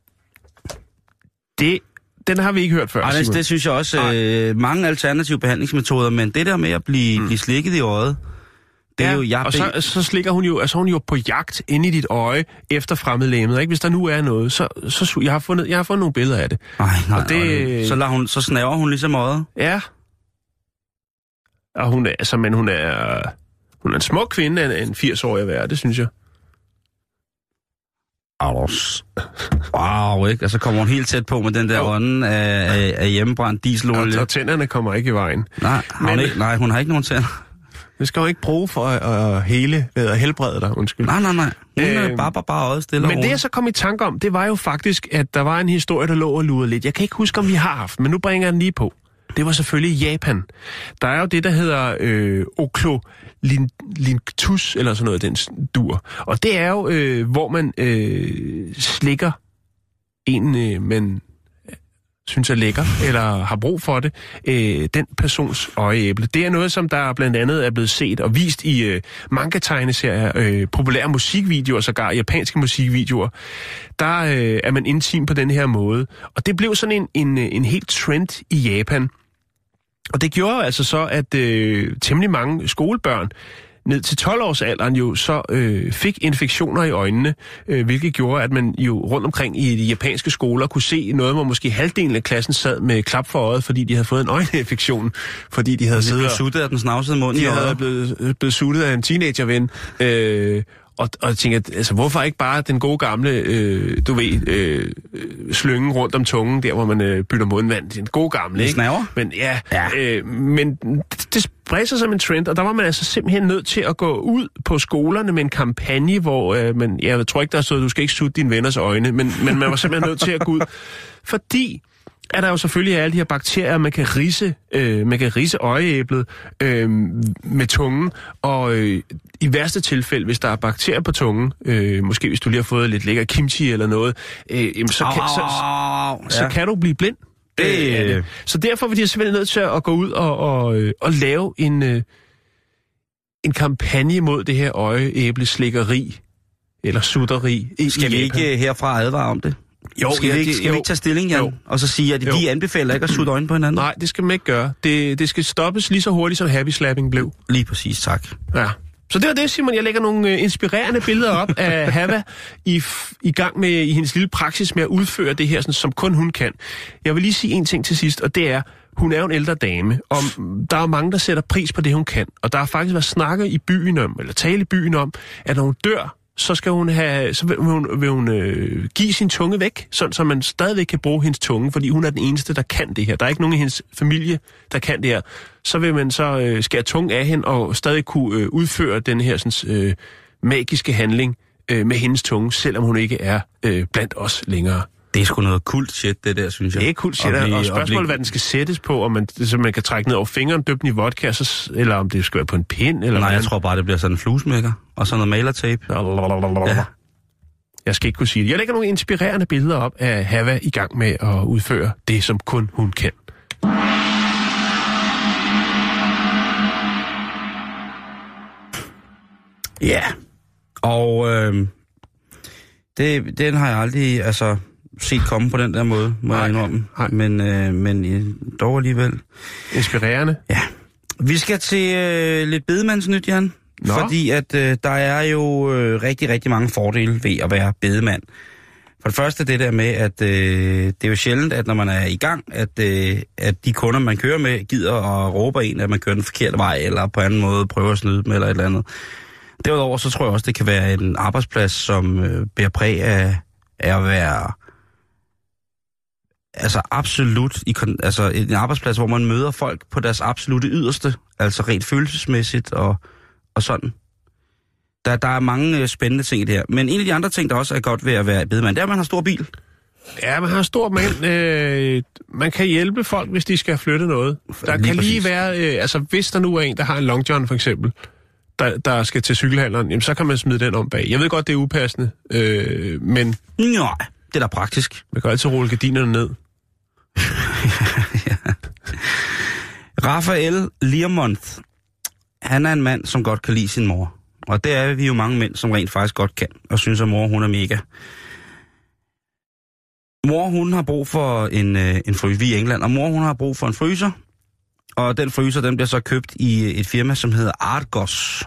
det... Den har vi ikke hørt før, Ej, det, det synes jeg også. Øh, mange alternative behandlingsmetoder, men det der med at blive, mm. blive slikket i øjet, det ja, er jo... Jeg og så, så slikker hun jo, altså hun jo på jagt inde i dit øje efter fremmedlegemet, ikke? Hvis der nu er noget, så, så jeg har fundet, jeg har fundet nogle billeder af det. Ej, nej, og det, nej. Så, lader hun, så snæver hun ligesom øjet. Ja. Og hun er, altså, men hun er, hun er en smuk kvinde, en firs-årig at være, det synes jeg. Wow, ikke? Og så kommer hun helt tæt på med den der ånden af, af, af hjemmebrændt dieselolie. Og, og tænderne kommer ikke i vejen. Nej, men, hun ikke, nej, hun har ikke nogen tænder. Det skal hun ikke bruge for at, at hele, at helbrede dig, undskyld. Nej, nej, nej. Hun er øh, bare, bare, bare øjet stille. Men det, jeg så kom i tanke om, det var jo faktisk, at der var en historie, der lå og lurede lidt. Jeg kan ikke huske, om vi har haft, men nu bringer jeg den lige på. Det var selvfølgelig Japan. Der er jo det, der hedder øh, oklolinctus, eller sådan noget, den dur. Og det er jo, øh, hvor man øh, slikker en, øh, man synes er lækker, eller har brug for det, øh, den persons øjeæble. Det er noget, som der blandt andet er blevet set og vist i øh, manga-tegneserier, øh, populære musikvideoer, sågar japanske musikvideoer. Der øh, er man intim på den her måde. Og det blev sådan en, en, en helt trend i Japan. Og det gjorde altså så, at øh, temmelig mange skolebørn ned til tolv-årsalderen jo så øh, fik infektioner i øjnene, øh, hvilket gjorde, at man jo rundt omkring i de japanske skoler kunne se noget, hvor måske halvdelen af klassen sad med klap for øjet, fordi de havde fået en øjeninfektion, fordi de havde siddet og... suttet af den snavsede mund de i øjet. havde blevet, blevet suttet af en teenagerven, øh, og, og jeg tænkte, altså hvorfor ikke bare den gode gamle, øh, du ved, øh, slyngen rundt om tungen, der hvor man øh, bytter mundvand, den gode gamle, ikke? Snaver? Men ja, ja. Øh, men det, det spredte sig som en trend, og der var man altså simpelthen nødt til at gå ud på skolerne med en kampagne, hvor øh, man, jeg tror ikke, der stod, du skal ikke sutte dine venners øjne, men, men man var simpelthen nødt til at gå ud, fordi er der jo selvfølgelig alle de her bakterier, man kan ridse, øh, man kan ridse øjeæblet øh, med tungen, og øh, i værste tilfælde, hvis der er bakterier på tungen, øh, måske hvis du lige har fået lidt lækker kimchi eller noget, øh, jamen, så, kan, så, så, så kan du blive blind. Det, øh, så derfor var de simpelthen nødt til at gå ud og, og, og lave en, øh, en kampagne mod det her øjeæbleslikkeri, eller sutteri. Skal vi ikke herfra advare om det? Jo, skal, ja, vi ikke, skal jo. vi ikke tage stilling, Jan, jo. og så sige, at de anbefaler ikke at sutte øjnene på hinanden? Nej, det skal man ikke gøre. Det, det skal stoppes lige så hurtigt, som happy slapping blev. Lige præcis, tak. Ja. Så det var det, Simon. Jeg lægger nogle øh, inspirerende billeder op af Hava i, i gang med i hendes lille praksis med at udføre det her, sådan, som kun hun kan. Jeg vil lige sige en ting til sidst, og det er, hun er jo en ældre dame, og der er mange, der sætter pris på det, hun kan. Og der har faktisk været snakker i byen om, eller tale i byen om, at når hun dør, så skal hun have, så vil hun, vil hun øh, give sin tunge væk, sådan så man stadigvæk kan bruge hendes tunge, fordi hun er den eneste, der kan det her. Der er ikke nogen i hendes familie, der kan det her. Så vil man så øh, skære tungen af hende og stadig kunne øh, udføre den her sådan, øh, magiske handling øh, med hendes tunge, selvom hun ikke er øh, blandt os længere. Det er sgu noget kult shit, det der, synes jeg. Det er kult shit, og, og spørgsmålet, hvad den skal sættes på, om man, så man kan trække ned over fingeren, døbe den i vodka, så, eller om det skal være på en pind, eller Nej, hvad. jeg tror bare, det bliver sådan en fluesmækker, og sådan noget malertape. Ja. Jeg skal ikke kunne sige det. Jeg lægger nogle inspirerende billeder op af Hava i gang med at udføre det, som kun hun kan. Ja, og øh, det, den har jeg aldrig altså, set komme på den der måde, må nej, jeg indrømme. Nej. Men, øh, men øh, dog alligevel. Inspirerende. Ja. Vi skal til øh, lidt bedemandsnyt, Jan. Nå. Fordi at øh, der er jo øh, rigtig, rigtig mange fordele ved at være bedemand. For det første det der med, at øh, det er jo sjældent, at når man er i gang, at, øh, at de kunder, man kører med, gider og råber en, at man kører den forkerte vej, eller på anden måde prøver at snyde dem, eller et eller andet. Derudover så tror jeg også, det kan være en arbejdsplads, som øh, bærer præg af, af at være altså absolut i, altså en arbejdsplads, hvor man møder folk på deres absolute yderste, altså rent følelsesmæssigt og, og sådan. Der, der er mange øh, spændende ting i det her. Men en af de andre ting, der også er godt ved at være bedemand, det er, at man har stor bil. Ja, man har stor mand. Øh, man kan hjælpe folk, hvis de skal flytte noget. Der lige kan præcis. lige være, øh, altså hvis der nu er en, der har en Long John for eksempel, Der, der skal til cykelhandleren, jamen så kan man smide den om bag. Jeg ved godt, det er upassende, øh, men... Nej, det er da praktisk. Man kan altid rulle gardinerne ned. Ja. Raphael Learmonth, han er en mand, som godt kan lide sin mor. Og det er vi jo mange mænd, som rent faktisk godt kan, og synes, at mor, hun er mega. Mor, hun har brug for en, en fryser, vi i England, og mor, hun har brug for en fryser. Og den fryser, den bliver så købt i et firma, som hedder Argos.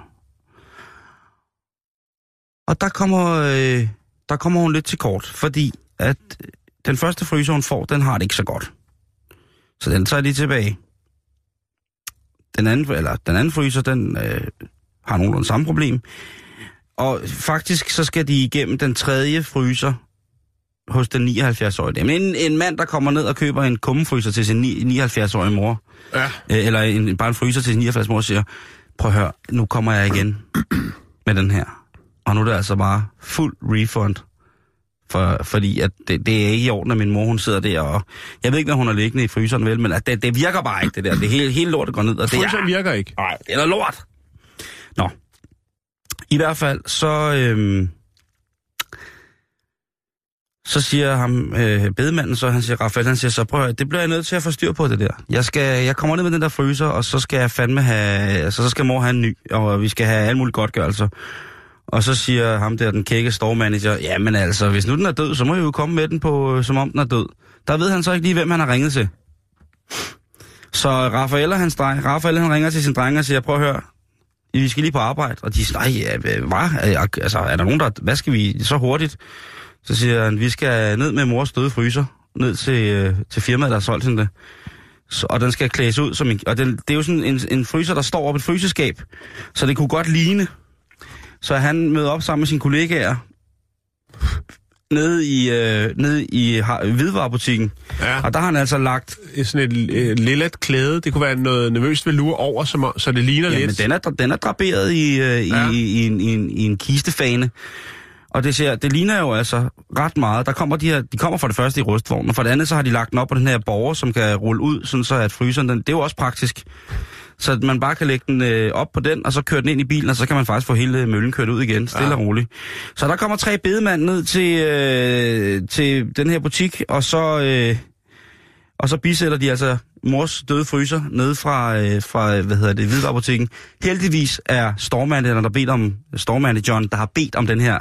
Og der kommer, øh, der kommer hun lidt til kort, fordi at den første fryser, hun får, den har det ikke så godt. Så den tager de tilbage. Den anden, eller den anden fryser, den øh, har nogenlunde samme problem. Og faktisk så skal de igennem den tredje fryser hos den nioghalvfjerds-årige. Men en, en mand, der kommer ned og køber en kummefryser til sin nioghalvfjerds-årige mor, ja. øh, eller en, bare en fryser til sin nioghalvfjerds-årige mor, siger, prøv at høre, nu kommer jeg igen med den her. Og nu er det altså bare fuld refund. For, fordi at det, det er ikke i orden, at min mor, hun sidder der, og jeg ved ikke, hvad hun har liggende i fryseren, vel, men at det, det virker bare ikke, det der. Det hele, hele lortet går ned, og det er... Fryseren virker ikke. Nej, det er noget lort. Nå. I hvert fald, så... Øhm, så siger ham, øh, bedemanden, så han siger, Raphael, han siger, så prøv at, det bliver jeg nødt til at få styr på det der. Jeg skal, jeg kommer ned med den der fryser, og så skal jeg fandme have, altså så skal mor have en ny, og vi skal have alle mulige godtgørelser. Og så siger ham der, den kække store manager, jamen altså, hvis nu den er død, så må jeg jo komme med den på, som om den er død. Der ved han så ikke lige, hvem han har ringet til. Så Raphael, hans dreng, Raphael, han ringer til sin dreng og siger, prøv at høre, vi skal lige på arbejde. Og de siger, nej, hvad? Altså, er der nogen, der, hvad skal vi så hurtigt? Så siger han, vi skal ned med mors døde fryser, ned til, til firmaet, der har solgt hende det. Så, og den skal klædes ud som en, og den, det er jo sådan en, en fryser, der står op i et fryseskab, så det kunne godt ligne. Så han møder op sammen med sine kollegaer nede i, øh, nede i hvidvarebutikken. Ja. Og der har han altså lagt... Sådan et øh, lillet klæde. Det kunne være noget nervøst velure over, som, så det ligner ja, lidt. Men den er, den er draperet i, øh, ja. i, i, en, i, en, i en kistefane. Og det, ser, det ligner jo altså ret meget. Der kommer de, her, de kommer for det første i rustvognen, og for det andet så har de lagt den op på den her borger, som kan rulle ud, sådan så at fryseren, den, det er jo også praktisk. Så man bare kan lægge den øh, op på den, og så køre den ind i bilen, og så kan man faktisk få hele møllen kørt ud igen, stille ja. og roligt. Så der kommer tre bedemænd ned til, øh, til den her butik, og så, øh, og så bisætter de altså mors døde fryser ned fra, øh, fra hvad hedder det, hvidvarebutikken. Heldigvis er stormanden, der bedt om, stormanden John, der har bedt om den her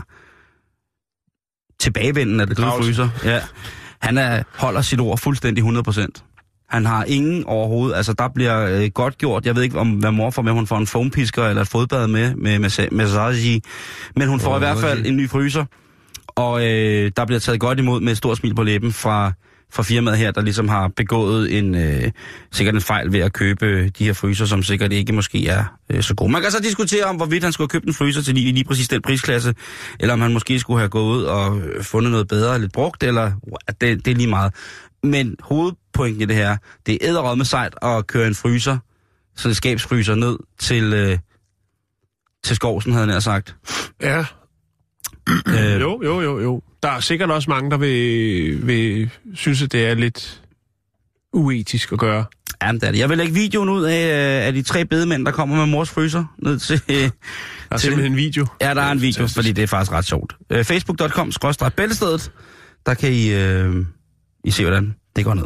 tilbagevenden af det døde fryser. Ja. Han er, holder sit ord fuldstændig hundrede procent. Han har ingen overhovedet. Altså, der bliver øh, godt gjort. Jeg ved ikke, om hvad mor får med. Hun får en foampisker eller et fodbad med, med, med massage. Men hun får oh, i hvert fald en ny fryser. Og øh, der bliver taget godt imod med et stort smil på læben fra, fra firmaet her, der ligesom har begået en øh, sikkert en fejl ved at købe de her fryser, som sikkert ikke måske er øh, så gode. Man kan så diskutere om, hvorvidt han skulle have købt en fryser til lige, lige præcis den prisklasse, eller om han måske skulle have gået ud og fundet noget bedre, lidt brugt, eller det, det er lige meget. Men hovedpointen i det her, det er edderrød sejt at køre en fryser, så det skabsfryser ned til, øh, til skovsen, havde jeg nær sagt. Ja. Øh, jo, jo, jo, jo. Der er sikkert også mange, der vil, vil synes, at det er lidt uetisk at gøre. Jamen, det er det. Jeg vil lægge videoen ud af, af de tre bedemænd, der kommer med mors fryser ned til... Der er til, simpelthen en video. Ja, der er en video, fordi det er faktisk ret sjovt. Uh, Facebook punktum com skråstreg bæltestedet. Der kan I, uh, I se, hvordan det går ned.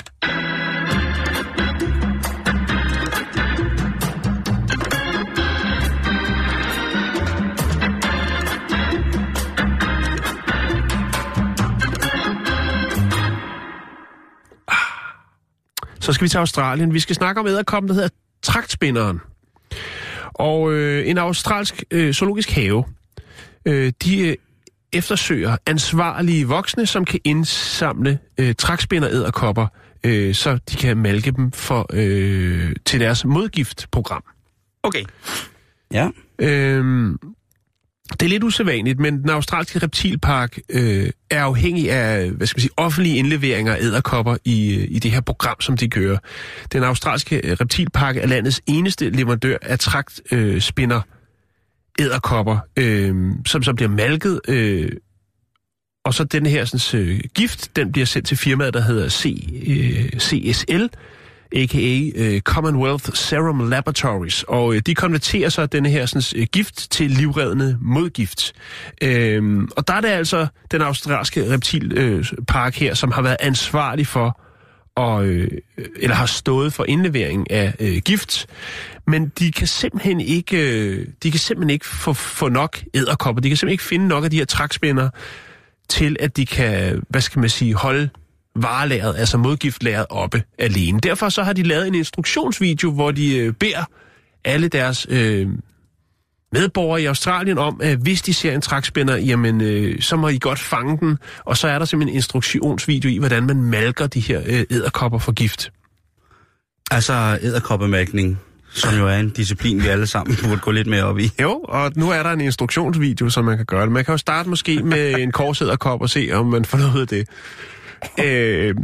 Så skal vi til Australien. Vi skal snakke om edderkoppen, der hedder tragtspinderen. Og øh, en australsk øh, zoologisk have, øh, de øh, eftersøger ansvarlige voksne, som kan indsamle øh, tragtspinderedderkopper, øh, så de kan malke dem for, øh, til deres modgiftprogram. Okay. Ja. Øhm, det er lidt usædvanligt, men den australske reptilpark øh, er afhængig af, hvad skal man sige, offentlige indleveringer af edderkopper i, i det her program, som de kører. Den australske reptilpark er landets eneste leverandør af tragtspinder edderkopper, øh, som så bliver malket, øh, og så den her sådan, øh, gift, den bliver sendt til firmaet, der hedder C, øh, C S L, a k a. Uh, Commonwealth Serum Laboratories, og uh, de konverterer så denne her sådan, uh, gift til livreddende modgift. Uh, og der er det altså den australske reptilpark uh, her, som har været ansvarlig for, og, uh, eller har stået for indlevering af uh, gift, men de kan simpelthen ikke, uh, de kan simpelthen ikke få, få nok edderkopper, de kan simpelthen ikke finde nok af de her tragtspindere til, at de kan, hvad skal man sige, holde varelæret, altså modgiftlæret oppe alene. Derfor så har de lavet en instruktionsvideo, hvor de øh, beder alle deres øh, medborgere i Australien om, at hvis de ser en tragtspinder, jamen øh, så må I godt fange den, og så er der simpelthen en instruktionsvideo i, hvordan man malker de her øh, edderkopper for gift. Altså edderkoppemælkning, som jo er en disciplin, vi alle sammen burde gå lidt mere op i. Jo, og nu er der en instruktionsvideo, som man kan gøre det. Man kan jo starte måske med en korsedderkop og se, om man får noget af det. Øh,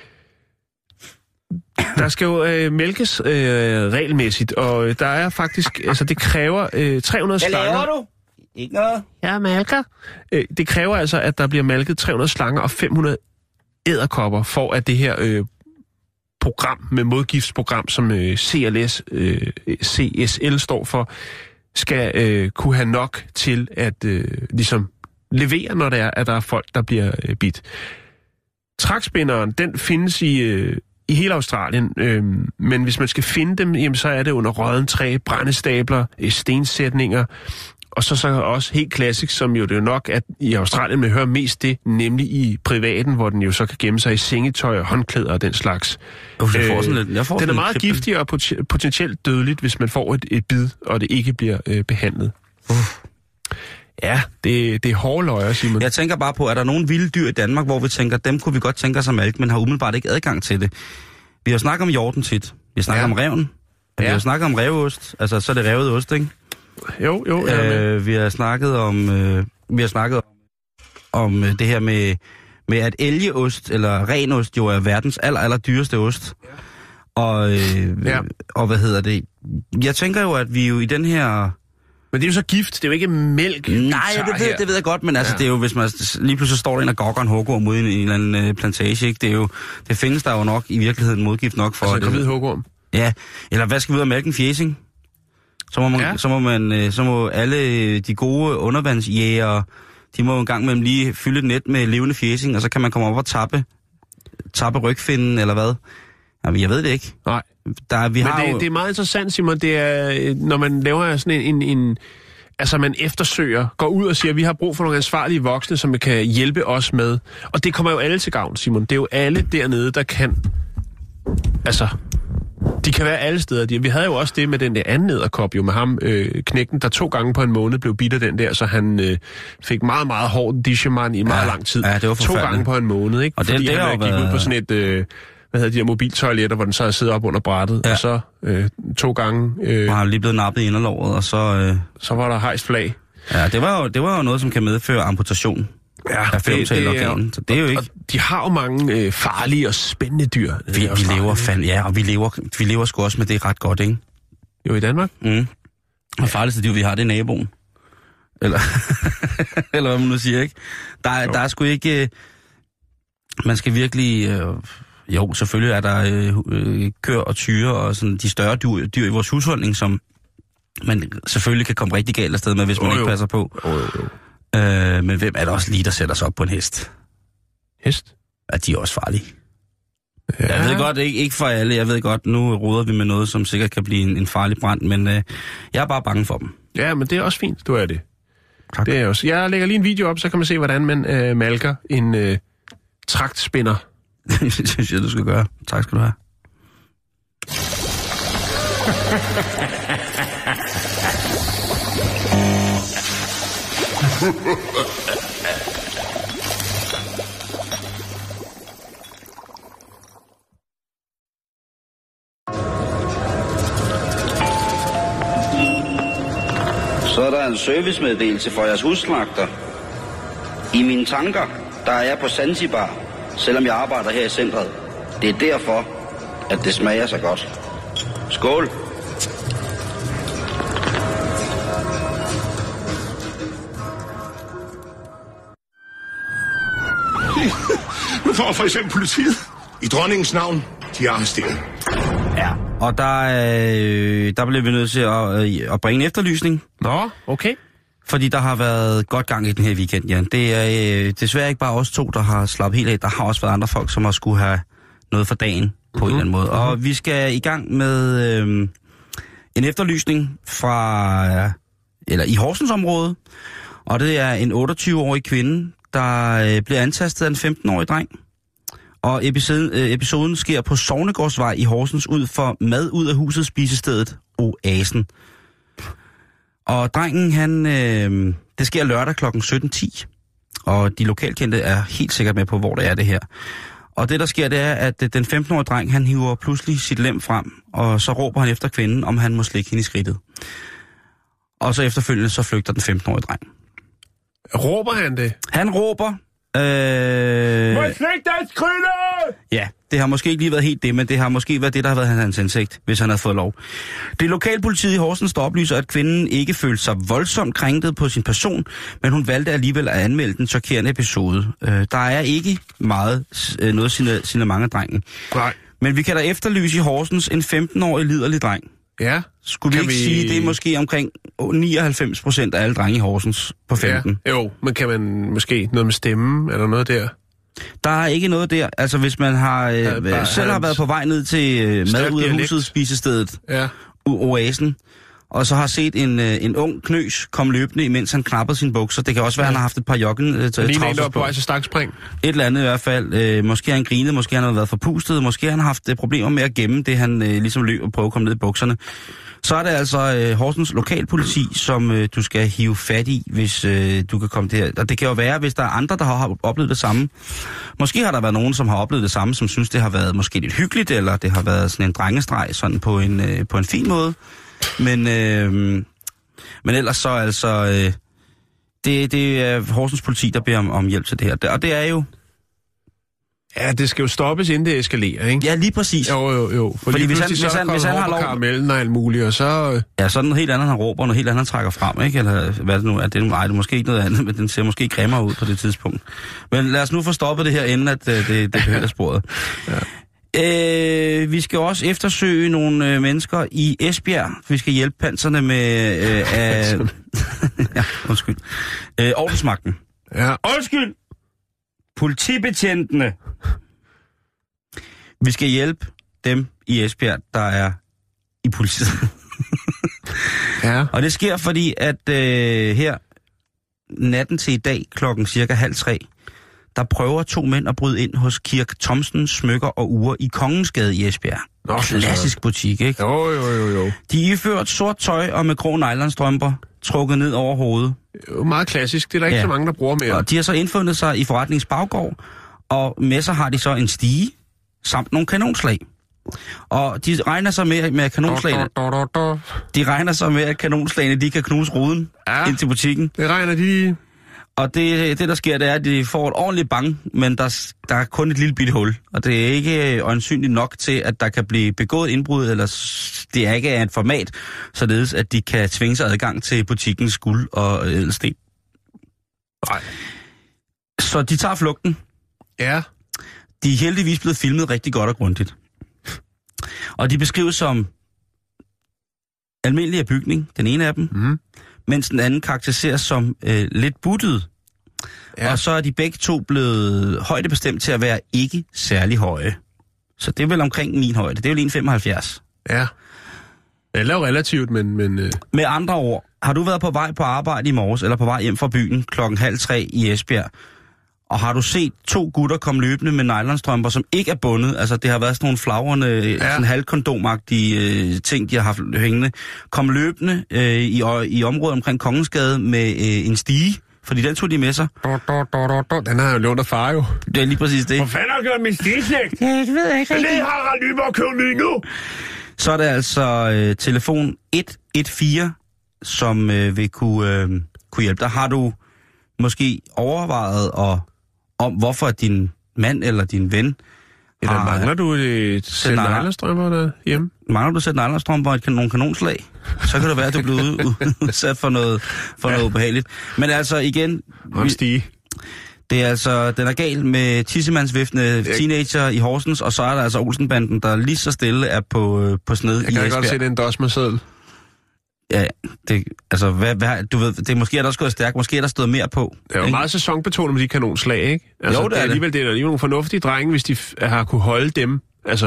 der skal jo øh, mælkes øh, regelmæssigt, og der er faktisk, altså det kræver øh, tre hundrede slanger. Hvad laver du? Ikke noget? Jeg malker. Øh, det kræver altså, at der bliver malket tre hundrede slanger og fem hundrede edderkopper, for at det her øh, program med modgiftsprogram, som øh, C L S, øh, C S L står for, skal øh, kunne have nok til at øh, ligesom levere, når der er, at der er folk, der bliver øh, bidt. Tragtspinderen, den findes i, øh, i hele Australien, øh, men hvis man skal finde dem, jamen, så er det under rådden træ, brændestabler, øh, stensætninger, og så, så også helt klassisk, som jo det er nok, at i Australien man hører mest det, nemlig i privaten, hvor den jo så kan gemme sig i sengetøj og håndklæder og den slags. Uh, jeg får sådan lidt, jeg får den er meget klippen. giftig og pot- potentielt dødeligt, hvis man får et, et bid, og det ikke bliver øh, behandlet. Uh. Ja, det, det er hårde løjer, Simon. Jeg tænker bare på, er der nogle vilde dyr i Danmark, hvor vi tænker, dem kunne vi godt tænke os at malke, men har umiddelbart ikke adgang til det. Vi har snakket om hjorten tit. Vi har snakket ja. om ræven. Ja. Vi har snakket om ræveost. Altså, så er det revet ost, ikke? Jo, jo. Øh, vi har snakket om, øh, vi har snakket om, om øh, det her med, med, at elgeost, eller renost, jo er verdens aller, aller dyreste ost. Ja. Og, øh, ja. og hvad hedder det? Jeg tænker jo, at vi jo i den her... Men det er jo så gift, det er jo ikke mælk. Nej, det ved, det ved jeg godt, men altså, ja. det er jo, hvis man lige pludselig står der en og gokker en hugorm ude i en, en eller anden øh, plantage, ikke? Det er jo, det findes der jo nok i virkeligheden modgift nok for. Altså en hvid hugorm? Ja, eller hvad skal vi ud og mælke en fjæsing? Så må man, ja. så må man, øh, så må alle de gode undervandsjægere, de må en gang mellem lige fylde et net med levende fjæsing, og så kan man komme op og tappe, tappe rygfinden, eller hvad? Jamen, jeg ved det ikke. Nej. Der, vi Men har det, jo... det er meget interessant, Simon. Det er, når man laver sådan en, en, en... Altså, man eftersøger, går ud og siger, at vi har brug for nogle ansvarlige voksne, som kan hjælpe os med. Og det kommer jo alle til gavn, Simon. Det er jo alle dernede, der kan altså, de kan være alle steder. De, vi havde jo også det med den der anden edderkop, jo med ham, øh, knægten, der to gange på en måned blev bidt af den der, så han øh, fik meget, meget hård dischemand i meget ja, lang tid. Ja, det var to gange på en måned, ikke? Og det, Fordi det han gik været... ud på sådan et, øh, hvad hedder de her mobiltoiletter, hvor den så sidder op under brættet, ja. Og så øh, to gange... Øh, og han lige blevet nappet i inderlåret, og så... Øh... Så var der hejst flag. Ja, det var, jo, det var jo noget, som kan medføre amputation. Ja, det, det, det er, så det er jo ikke... de har jo mange øh, farlige og spændende dyr. Vi, vi lever fandme, ja, og vi lever, vi lever sgu også med det ret godt, ikke? Jo, i Danmark? Mm. Og farligste dyr, vi har, det er naboen. Eller, eller hvad man nu siger, ikke? Der, der er sgu ikke... Øh, man skal virkelig... Øh, jo, selvfølgelig er der øh, køer og tyre og sådan de større dyr, dyr i vores husholdning, som man selvfølgelig kan komme rigtig galt afsted med, hvis man oh, ikke passer på. Oh, oh, oh. Øh, men hvem er der også lige, der sætter sig op på en hest? Hest? Ja, de er også farlige. Ja. Jeg ved godt, ikke, ikke for alle, jeg ved godt, nu roder vi med noget, som sikkert kan blive en, en farlig brand, men øh, jeg er bare bange for dem. Ja, men det er også fint, du er det. Tak. Det er også. Jeg lægger lige en video op, så kan man se, hvordan man øh, malker en øh, traktspinner. Det synes jeg, du skal gøre. Tak skal du have. Så er der en servicemeddelelse for jeres husslagter. I mine tanker, der er jeg på Zanzibar, selvom jeg arbejder her i centret. Det er derfor, at det smager så godt. Skål! Nu får for eksempel politiet. I dronningens navn, de er arresteret. Ja, og der, øh, der blev vi nødt til at, øh, at bringe en efterlysning. Nå, okay. Fordi der har været godt gang i den her weekend, ja. Det er øh, desværre ikke bare os to, der har slappet helt af. Der har også været andre folk, som har skulle have noget for dagen på mm-hmm. en eller anden måde. Og vi skal i gang med øh, en efterlysning fra, øh, eller i Horsens-området. Og det er en otteogtyve-årig kvinde, der øh, bliver antastet af en femten-årig dreng. Og episoden, øh, episoden sker på Sognegårdsvej i Horsens ud for mad ud af huset spisestedet Oasen. Og drengen, han, øh, det sker lørdag klokken sytten ti, og de lokalkendte er helt sikkert med på, hvor det er det her. Og det, der sker, det er, at den femten-årige dreng, han hiver pludselig sit lem frem, og så råber han efter kvinden, om han må slikke hende i skridtet. Og så efterfølgende, så flygter den femten-årige dreng. Råber han det? Han råber... Øh... Må jeg slikke dig i skridtet? Ja, det har måske ikke lige været helt det, men det har måske været det, der har været hans indsigt, hvis han havde fået lov. Det lokalpolitiet i Horsens, der oplyser, at kvinden ikke følte sig voldsomt krænket på sin person, men hun valgte alligevel at anmelde den chokerende episode. Øh, der er ikke meget øh, noget sine, sine mange drengen. Nej. Men vi kan da efterlyse i Horsens en femten-årig liderlig dreng. Ja. Skulle vi ikke vi... sige, det er måske omkring nioghalvfems procent af alle drenge i Horsens på femten? Ja, jo, men kan man måske noget med stemme eller noget der? Der er ikke noget der. Altså, hvis man har øh, ja, bare, selv har været på vej ned til øh, mad ud af huset, spisestedet, ja. Oasen, og så har set en, øh, en ung knøs komme løbende, imens han knappede sine bukser. Det kan også være, ja. Han har haft et par joggen øh, til lige en, der var på vej til stakspring. Et eller andet i hvert fald. Øh, måske har han grinet, måske har han været forpustet, måske har han haft øh, problemer med at gemme det, han øh, ligesom løb og prøve at komme ned i bukserne. Så er det altså øh, Horsens lokalpoliti, som øh, du skal hive fat i, hvis øh, du kan komme det her. Og det kan jo være, hvis der er andre, der har oplevet det samme. Måske har der været nogen, som har oplevet det samme, som synes, det har været måske lidt hyggeligt, eller det har været sådan en drengestreg sådan på en, øh, på en fin måde. Men, øh, men ellers så altså, øh, det, det er Horsens politi, der beder om, om hjælp til det her. Og det er jo... Ja, det skal jo stoppes, inden det eskalerer, ikke? Ja, lige præcis. Jo, jo, jo. Fordi, Fordi hvis han, hvis han, hvis han har lov... karamellen og alt muligt, og så... Ja, så er noget helt andet, han råber, og noget helt andet, han trækker frem, ikke? Eller hvad det nu er? Det, nej, det er måske ikke noget andet, men den ser måske grimmere ud på det tidspunkt. Men lad os nu få stoppet det her, inden at det, det, det behøver sporet. Ja. Øh, vi skal også eftersøge nogle øh, mennesker i Esbjerg. Vi skal hjælpe panserne med... Øh, af... ja, undskyld. Øh, ordensmagten. Ja. Undskyld! Politibetjentene. Vi skal hjælpe dem i Esbjerg, der er i politiet. Ja. Og det sker, fordi at øh, her natten til i dag, klokken cirka halv tre, der prøver to mænd at bryde ind hos Kirk Thomsen Smykker og Ure i Kongensgade i Esbjerg. Nå, klassisk butik, ikke? Jo, jo, jo, jo. De er iført sort tøj og med grå nylonstrømper trukket ned over hovedet. Jo, meget klassisk. Det er der ikke ja. så mange, der bruger mere. Og de har så indfundet sig i forretningens baggård, og med sig har de så en stige samt nogle kanonslag. Og de regner så med, med at kanonslagene... De regner så med, at kanonslagene de kan knuse ruden ja, ind til butikken. Det regner de... Og det, det, der sker, det er, at de får et ordentligt bang, men der, der er kun et lille bitte hul. Og det er ikke øjensynligt nok til, at der kan blive begået indbrud, eller det er ikke af et format, således at de kan tvinge sig adgang til butikkens guld og ædelsten. Nej. Så de tager flugten. Ja. De er heldigvis blevet filmet rigtig godt og grundigt. Og de beskrives som almindelig af bygning, den ene af dem, mm. mens den anden karakteriseres som øh, lidt buttet. Ja. Og så er de begge to blevet højdebestemt til at være ikke særlig høje. Så det er vel omkring min højde. Det er vel en komma femoghalvfjerds. Ja. Eller jo relativt, men... men øh... Med andre ord, har du været på vej på arbejde i morges, eller på vej hjem fra byen klokken halv tre i Esbjerg, og har du set to gutter komme løbende med nylonstrømper, som ikke er bundet, altså det har været sådan nogle flagrende, ja. sådan halvkondomagtige øh, ting, de har haft hængende, kom løbende øh, i, i området omkring Kongensgade med øh, en stige, fordi den tog de med sig. Den har jo lånt af far jo. Det er lige præcis det. Hvor fanden har du gjort min stigeslægt? Ja, det ved jeg ikke rigtig. Det har Harald Nyborg købt ny nu. Så er det altså øh, telefon et et fire, som øh, vil kunne, øh, kunne hjælpe dig. Har du måske overvejet at om hvorfor din mand eller din ven... Eller har, mangler du et sæt nylonstrømper derhjemme? Mangler du et sæt nylonstrømper og et, nogle kanonslag? Så kan det være, at du bliver udsat for noget, for ja. noget ubehageligt. Men altså igen... Og stige. Det er altså, den er gal med tissemandsviftende teenager i Horsens, og så er der altså Olsenbanden, der lige så stille er på, på sned i Esbjerg. Jeg kan godt se, det er en dosmerseddel. Ja, det, altså, hvad, hvad, du ved, det er måske, er der også gået stærkt, måske er der stået mere på. Det er jo ikke? Meget sæsonbetonet med de kanonslag, ikke? Altså, jo, det er, det er alligevel, det. det er alligevel nogle fornuftige drenge, hvis de f- har kunne holde dem, altså,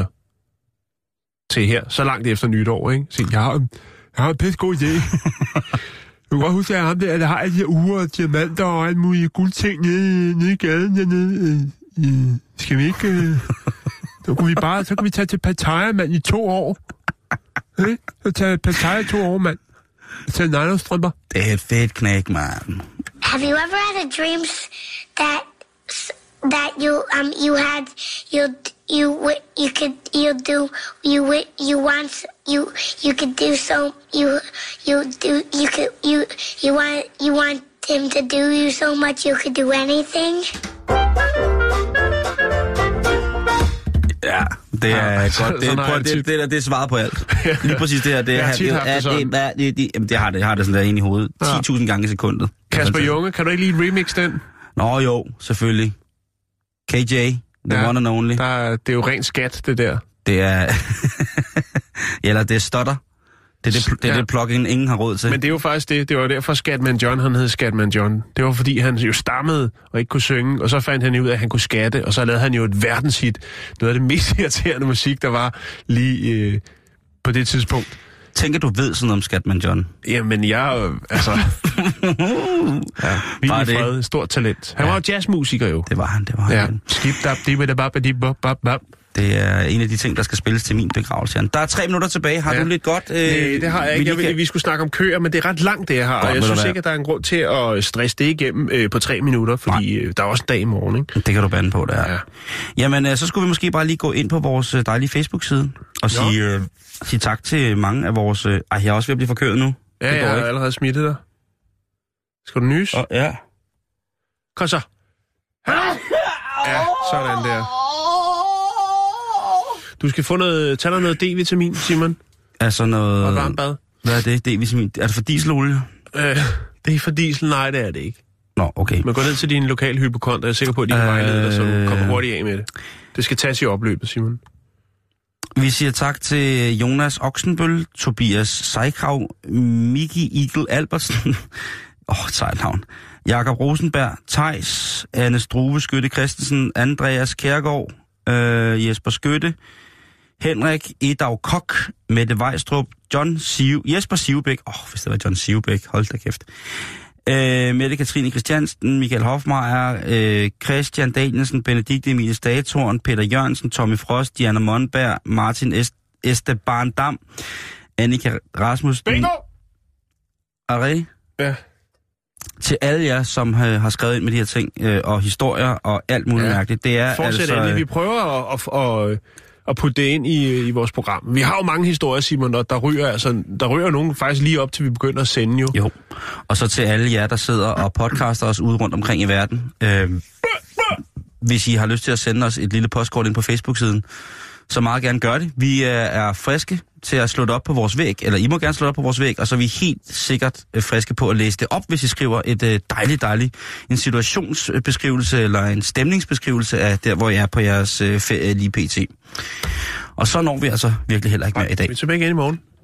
til her, så langt efter nytår, ikke? Så jeg har, jeg har en pisse god idé. Du kan godt huske, at jeg har der, der har alle de her uger og diamanter og alle mulige guldting nede, nede i gaden dernede. Øh, øh, skal vi ikke... Øh, så kunne vi bare, så kan vi tage til Pattaya, mand, i to år. Øh? Så tage Pattaya i to år, mand. Til nylonstrømper. Det er et fedt knæk, man. Have you ever had a dreams that that you um you had you you you could you do you you want you you could do so you you do you could you you want you want him to do you so much you could do anything? Ja, det er ja, godt. Det, prøv, det, det, det, det er svaret på alt. Lige præcis det her. Det, er, det, er, det, er, det, det, det, det har det, jeg har det sådan der inde i hovedet. ti tusind gange i sekundet. Kasper Junge, kan du ikke lige remix den? Nå jo, selvfølgelig. K J, the ja, one and only. Der, det er jo ren skat, det der. Det er... Eller det er stutter. Det er det, det, ja. det plugin, ingen har råd til. Men det er jo faktisk det. Det var derfor Scatman John, han hed Scatman John. Det var fordi, han jo stammede og ikke kunne synge, og så fandt han ud af, at han kunne skatte, og så lavede han jo et verdenshit. Noget af det mest irriterende musik, der var lige øh, på det tidspunkt. Tænker du ved sådan om Scatman John? Jamen, jeg altså... ja, Vildt i fred, stort talent. Han ja. var jazzmusiker jo. Det var han, det var han. Ja. Skip dab, dib, dab, dab, dib, bab, bab. Det er en af de ting, der skal spilles til min begravelse. Der er tre minutter tilbage. Har ja. du lidt godt? Øh, Nej, det har jeg ikke. Jeg vil, vi skulle snakke om køer, men det er ret langt, det jeg har. Godt, og jeg synes ikke, at der er en grund til at stresse det igennem øh, på tre minutter, fordi øh, der er også en dag i morgen, ikke? Det kan du bande på, det er. Ja. Jamen, øh, så skulle vi måske bare lige gå ind på vores dejlige Facebook-side og sige, øh, sige tak til mange af vores... Øh, ej, jeg er også ved at blive forkølet nu. Ja, jeg har allerede smittet dig. Skal du nys? Oh, ja. Kom så. Ja, sådan der. Du skal få noget, tage dig noget D-vitamin, Simon. Altså noget... Og varmt bad. Hvad er det, D-vitamin? Er det for dieselolie? Øh, det er for diesel, nej, det er det ikke. Nå, okay. Men gå ned til din lokale hypokonter, jeg er sikker på, at de kan øh... vejlede dig, så du kommer hurtigt af med det. Det skal tages i opløbet, Simon. Vi siger tak til Jonas Oksenbøl, Tobias Sejkrav, Miki Igel Albertsen, åh, oh, sejt navn, Jakob Rosenberg, Tejs, Anne Struve, Skytte Christensen, Andreas Kjærgaard, øh, Jesper Skytte, Henrik Edav Kok, Mette Vejstrup, John Siv, Jesper Sivbæk, åh, oh, hvis det var John Sivbæk, hold da kæft, Øh, Mette Katrine Christiansen, Michael Hofmeier, øh, Christian Danielsen, Benedikt Emilie Stagetorn, Peter Jørgensen, Tommy Frost, Diana Monberg, Martin Est- Esteban Dam, Annika Rasmussen. Bingo! Arre. Ja. Til alle jer, som øh, har skrevet ind med de her ting, øh, og historier og alt muligt ja. mærkeligt. Det er Fortsæt altså... endelig. Vi prøver at, at, at, at putte det ind i, i vores program. Vi har jo mange historier, Simon, der, der ryger altså, der ryger nogen faktisk lige op, til vi begynder at sende jo. Jo. Og så til alle jer, der sidder og podcaster os ude rundt omkring i verden. Øh, hvis I har lyst til at sende os et lille postkort ind på Facebook-siden, så meget gerne gør det. Vi er, er friske til at slå det op på vores væg, eller I må gerne slå det op på vores væg, og så er vi helt sikkert øh, friske på at læse det op, hvis I skriver et øh, dejligt, dejligt, en situationsbeskrivelse eller en stemningsbeskrivelse af der, hvor I er på jeres øh, ferie lige pt. Og så når vi altså virkelig heller ikke mere i dag. Vi er tilbage igen i morgen.